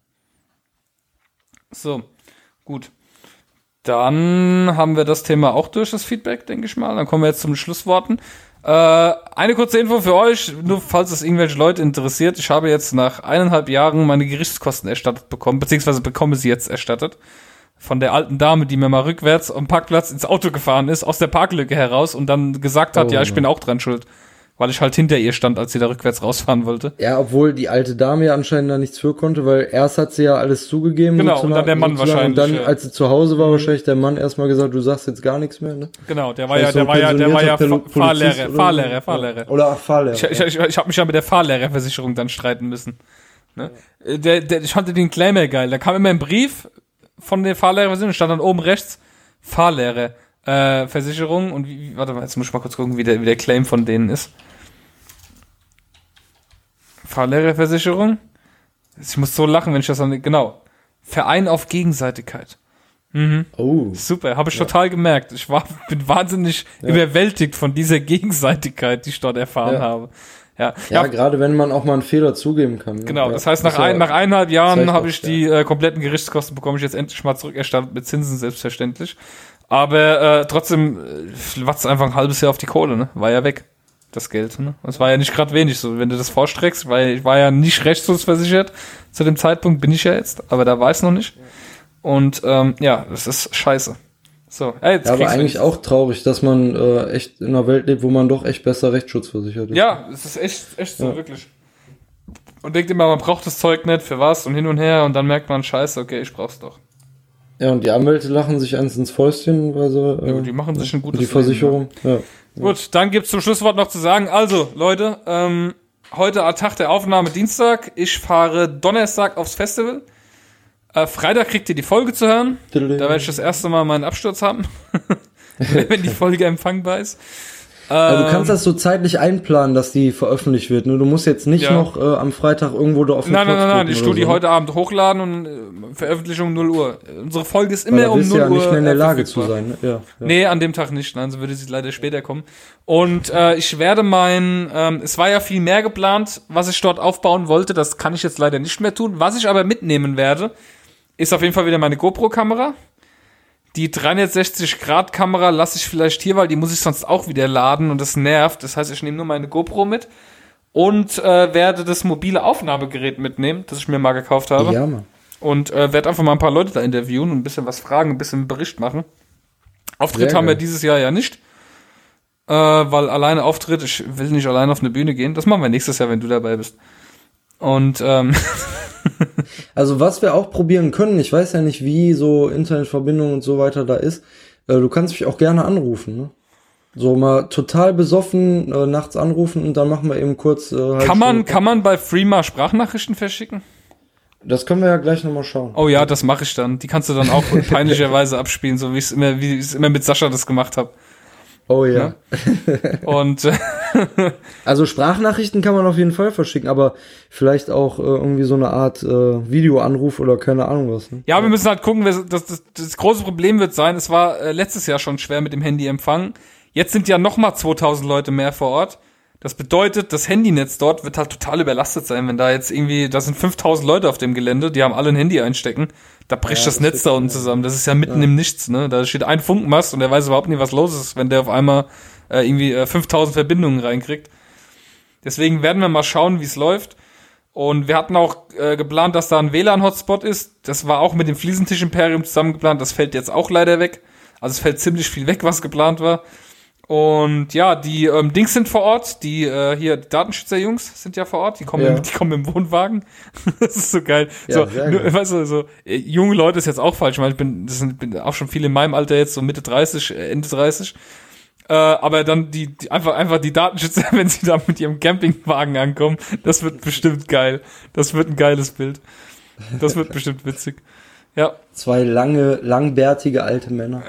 So, gut. Dann haben wir das Thema auch durch, das Feedback, denke ich mal. Dann kommen wir jetzt zum Schlussworten. Eine kurze Info für euch, nur falls es irgendwelche Leute interessiert. Ich habe jetzt nach 1,5 Jahren meine Gerichtskosten erstattet bekommen, beziehungsweise bekomme sie jetzt erstattet. Von der alten Dame, die mir mal rückwärts am Parkplatz ins Auto gefahren ist, aus der Parklücke heraus und dann gesagt hat, ich bin auch dran schuld. Weil ich halt hinter ihr stand, als sie da rückwärts rausfahren wollte. Ja, obwohl die alte Dame ja anscheinend da nichts für konnte, weil erst hat sie ja alles zugegeben. Genau, und dann der Mann wahrscheinlich. Und dann, als sie zu Hause war, wahrscheinlich der Mann erstmal gesagt, du sagst jetzt gar nichts mehr, ne? Genau, der war ja Fahrlehrer. Oder Fahrlehrer. Ich habe mich ja mit der Fahrlehrerversicherung dann streiten müssen. Ne? Ich fand den Claimer geil. Da kam immer ein Brief von der Fahrlehrerversicherung, stand dann oben rechts Fahrlehrer. Versicherung und warte mal, jetzt muss ich mal kurz gucken, wie der Claim von denen ist. Fahrlehrerversicherung. Ich muss so lachen, wenn ich das dann, genau. Verein auf Gegenseitigkeit. Mhm. Oh. Super, habe ich total gemerkt. Ich bin wahnsinnig überwältigt von dieser Gegenseitigkeit, die ich dort erfahren habe. Ja, gerade wenn man auch mal einen Fehler zugeben kann. Ne? Genau, das heißt, nach 1,5 Jahren habe ich die kompletten Gerichtskosten bekomme ich jetzt endlich mal zurückerstattet, mit Zinsen selbstverständlich. Aber trotzdem watzt einfach ein halbes Jahr auf die Kohle, ne? War ja weg, das Geld, ne? Das war ja nicht gerade wenig so, wenn du das vorstreckst, weil ich war ja nicht rechtsschutzversichert zu dem Zeitpunkt, bin ich ja jetzt, aber da war es noch nicht. Und das ist scheiße. So, jetzt aber eigentlich auch traurig, dass man echt in einer Welt lebt, wo man doch echt besser rechtsschutzversichert ist. Ja, es ist echt so, wirklich. Und denkt immer, man braucht das Zeug nicht, für was und hin und her und dann merkt man, scheiße, okay, ich brauch's doch. Ja, und die Anwälte lachen sich eins ins Fäustchen, weil sie... die machen sich ein gutes die Versicherung, Leben, ja. Gut, dann gibt's zum Schlusswort noch zu sagen, also, Leute, heute Tag der Aufnahme Dienstag, ich fahre Donnerstag aufs Festival. Freitag kriegt ihr die Folge zu hören. Da werde ich das erste Mal meinen Absturz haben. Wenn die Folge empfangbar ist. Also du kannst das so zeitlich einplanen, dass die veröffentlicht wird. Nur du musst jetzt nicht noch am Freitag irgendwo da auf den Knopf drücken. Nein, ich tue die heute Abend hochladen und Veröffentlichung 0 Uhr. Unsere Folge ist immer um 0 Uhr. Ja nicht mehr in der Lage zu sein. Ne? Ja. Nee, an dem Tag nicht. Nein, so würde sie leider später kommen. Und ich werde es war ja viel mehr geplant, was ich dort aufbauen wollte. Das kann ich jetzt leider nicht mehr tun. Was ich aber mitnehmen werde, ist auf jeden Fall wieder meine GoPro-Kamera. Die 360-Grad-Kamera lasse ich vielleicht hier, weil die muss ich sonst auch wieder laden und das nervt. Das heißt, ich nehme nur meine GoPro mit und werde das mobile Aufnahmegerät mitnehmen, das ich mir mal gekauft habe. Ja, Mann. Und werde einfach mal ein paar Leute da interviewen und ein bisschen was fragen, ein bisschen einen Bericht machen. Auftritt haben wir dieses Jahr ja nicht, weil alleine Auftritt, ich will nicht alleine auf eine Bühne gehen. Das machen wir nächstes Jahr, wenn du dabei bist. Und also was wir auch probieren können, ich weiß ja nicht, wie so Internetverbindung und so weiter da ist, du kannst mich auch gerne anrufen, ne? So mal total besoffen nachts anrufen und dann machen wir eben kurz kann man bei Freema Sprachnachrichten verschicken? Das können wir ja gleich nochmal schauen. Oh ja, das mache ich dann. Die kannst du dann auch peinlicherweise abspielen, so wie ich es immer mit Sascha das gemacht habe. Oh ja. Und also Sprachnachrichten kann man auf jeden Fall verschicken, aber vielleicht auch irgendwie so eine Art Videoanruf oder keine Ahnung was. Ne? Ja, wir müssen halt gucken, das große Problem wird sein, es war letztes Jahr schon schwer mit dem Handyempfang. Jetzt sind ja nochmal 2000 Leute mehr vor Ort. Das bedeutet, das Handynetz dort wird halt total überlastet sein, wenn da jetzt irgendwie, da sind 5000 Leute auf dem Gelände, die haben alle ein Handy einstecken, da bricht das Netz da unten zusammen. Das ist ja mitten im Nichts, ne? Da steht ein Funkmast und der weiß überhaupt nicht, was los ist, wenn der auf einmal irgendwie 5000 Verbindungen reinkriegt. Deswegen werden wir mal schauen, wie es läuft. Und wir hatten auch geplant, dass da ein WLAN-Hotspot ist. Das war auch mit dem Fliesentisch-Imperium zusammen geplant. Das fällt jetzt auch leider weg. Also es fällt ziemlich viel weg, was geplant war. Und ja, die Dings sind vor Ort, die hier Datenschützer-Jungs sind ja vor Ort, die kommen im Wohnwagen. Das ist so geil. Ja, so, weißt du, so junge Leute ist jetzt auch falsch. Ich meine, das sind auch schon viele in meinem Alter jetzt, so Mitte 30, Ende 30. Aber dann die einfach die Datenschützer, wenn sie da mit ihrem Campingwagen ankommen, das wird bestimmt geil. Das wird ein geiles Bild. Das wird bestimmt witzig. Ja. 2 langbärtige alte Männer.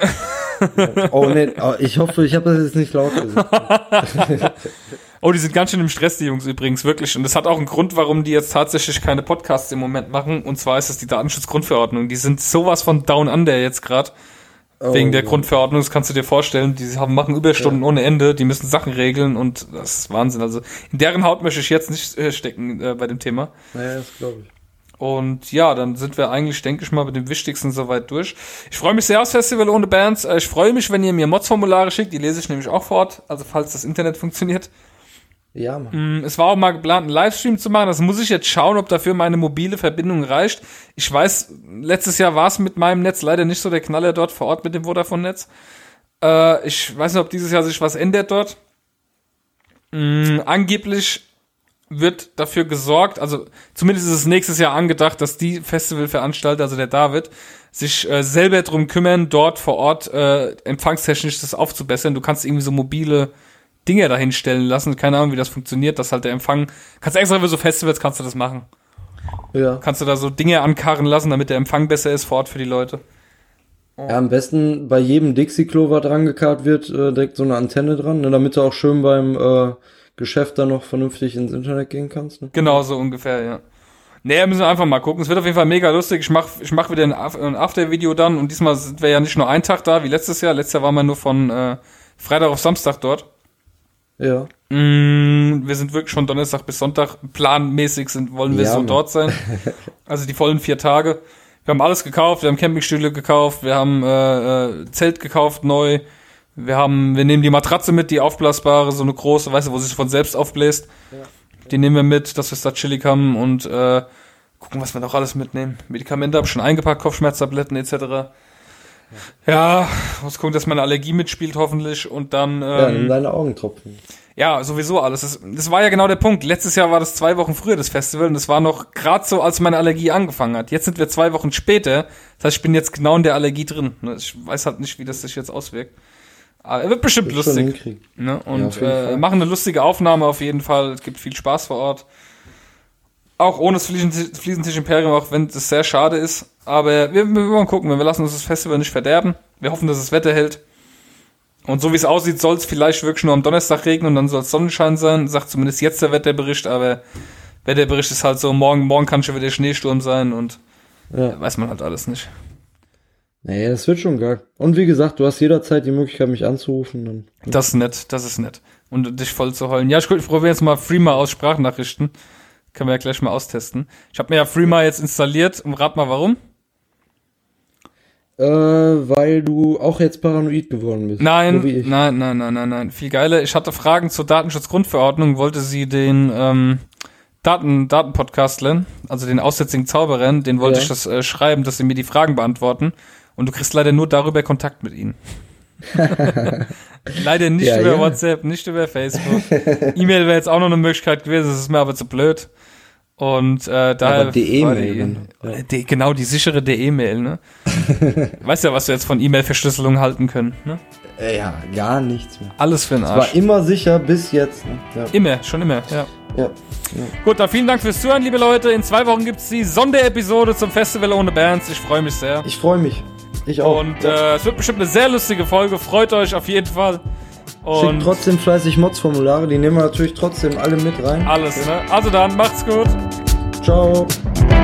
Oh nee, ich hoffe, ich habe das jetzt nicht laut gesagt. Oh, die sind ganz schön im Stress, die Jungs übrigens, wirklich. Und das hat auch einen Grund, warum die jetzt tatsächlich keine Podcasts im Moment machen. Und zwar ist es die Datenschutzgrundverordnung. Die sind sowas von down under jetzt gerade. Wegen der Grundverordnung, das kannst du dir vorstellen. Die machen Überstunden ohne Ende, die müssen Sachen regeln und das ist Wahnsinn. Also in deren Haut möchte ich jetzt nicht stecken bei dem Thema. Naja, das glaube ich. Und ja, dann sind wir eigentlich, denke ich mal, mit dem Wichtigsten soweit durch. Ich freue mich sehr aufs Festival ohne Bands. Ich freue mich, wenn ihr mir Mods-Formulare schickt. Die lese ich nämlich auch vor Ort, also falls das Internet funktioniert. Ja, Mann. Es war auch mal geplant, einen Livestream zu machen. Das muss ich jetzt schauen, ob dafür meine mobile Verbindung reicht. Ich weiß, letztes Jahr war es mit meinem Netz leider nicht so der Knaller dort vor Ort mit dem Vodafone-Netz. Ich weiß nicht, ob dieses Jahr sich was ändert dort. Angeblich wird dafür gesorgt, also zumindest ist es nächstes Jahr angedacht, dass die Festivalveranstalter, also der David, sich selber drum kümmern, dort vor Ort empfangstechnisch das aufzubessern. Du kannst irgendwie so mobile Dinge dahin stellen lassen, keine Ahnung, wie das funktioniert, dass halt der Empfang, kannst extra für so Festivals kannst du das machen. Ja. Kannst du da so Dinge ankarren lassen, damit der Empfang besser ist vor Ort für die Leute. Ja, am besten bei jedem Dixie-Klo, was dran gekarrt wird, direkt so eine Antenne dran, ne, damit du auch schön beim Geschäft dann noch vernünftig ins Internet gehen kannst. Ne? Genau, so ungefähr, ja. Nee, müssen wir einfach mal gucken. Es wird auf jeden Fall mega lustig. Ich mach wieder ein After-Video dann und diesmal sind wir ja nicht nur einen Tag da, wie letztes Jahr. Letztes Jahr waren wir nur von Freitag auf Samstag dort. Ja. Wir sind wirklich von Donnerstag bis Sonntag planmäßig wollen wir so dort sein. Also die vollen 4 Tage. Wir haben alles gekauft, wir haben Campingstühle gekauft, wir haben Zelt gekauft neu. Wir nehmen die Matratze mit, die aufblasbare, so eine große, weißt du, wo sie sich von selbst aufbläst. Ja. Die nehmen wir mit, dass wir es da chillig haben und gucken, was wir noch alles mitnehmen. Medikamente habe ich schon eingepackt, Kopfschmerztabletten etc. Ja, muss gucken, dass meine Allergie mitspielt hoffentlich und dann nimm deine Augentropfen. Ja, sowieso alles. Das war ja genau der Punkt. Letztes Jahr war das 2 Wochen früher, das Festival, und das war noch gerade so, als meine Allergie angefangen hat. Jetzt sind wir 2 Wochen später, das heißt, ich bin jetzt genau in der Allergie drin. Ich weiß halt nicht, wie das sich jetzt auswirkt. Aber er wird bestimmt lustig. Ne? Und machen eine lustige Aufnahme auf jeden Fall. Es gibt viel Spaß vor Ort. Auch ohne das Fliesentisch Imperium, auch wenn das sehr schade ist. Aber wir wollen gucken, wir lassen uns das Festival nicht verderben. Wir hoffen, dass das Wetter hält. Und so wie es aussieht, soll es vielleicht wirklich nur am Donnerstag regnen und dann soll es Sonnenschein sein, sagt zumindest jetzt der Wetterbericht, aber Wetterbericht ist halt so, morgen kann schon wieder Schneesturm sein und weiß man halt alles nicht. Nee, das wird schon geil. Und wie gesagt, du hast jederzeit die Möglichkeit, mich anzurufen. Dann. Das ist nett. Und dich voll zu heulen. Ja, ich probiere jetzt mal Freema aus Sprachnachrichten. Können wir ja gleich mal austesten. Ich habe mir ja Freema jetzt installiert und rat mal warum. Weil du auch jetzt paranoid geworden bist. Nein. Viel geiler. Ich hatte Fragen zur Datenschutzgrundverordnung, wollte sie den Datenpodcastlern, also den aussätzigen Zauberern, den wollte ich das schreiben, dass sie mir die Fragen beantworten. Und du kriegst leider nur darüber Kontakt mit ihnen. Leider nicht über WhatsApp, nicht über Facebook. E-Mail wäre jetzt auch noch eine Möglichkeit gewesen, das ist mir aber zu blöd. Und daher DE-Mail. Genau, die sichere DE-Mail, ne? Weißt ja, was wir jetzt von E-Mail-Verschlüsselung halten können, ne? Ja, gar nichts mehr. Alles für den Arsch. Es war immer sicher bis jetzt. Ne? Ja. Schon immer, ja. Ja. Gut, dann vielen Dank fürs Zuhören, liebe Leute. In 2 Wochen gibt's die Sonderepisode zum Festival ohne Bands. Ich freue mich sehr. Ich freue mich. Ich auch. Und es wird bestimmt eine sehr lustige Folge. Freut euch auf jeden Fall. Und schickt trotzdem fleißig Mods-Formulare. Die nehmen wir natürlich trotzdem alle mit rein. Alles, ne? Also dann, macht's gut. Ciao.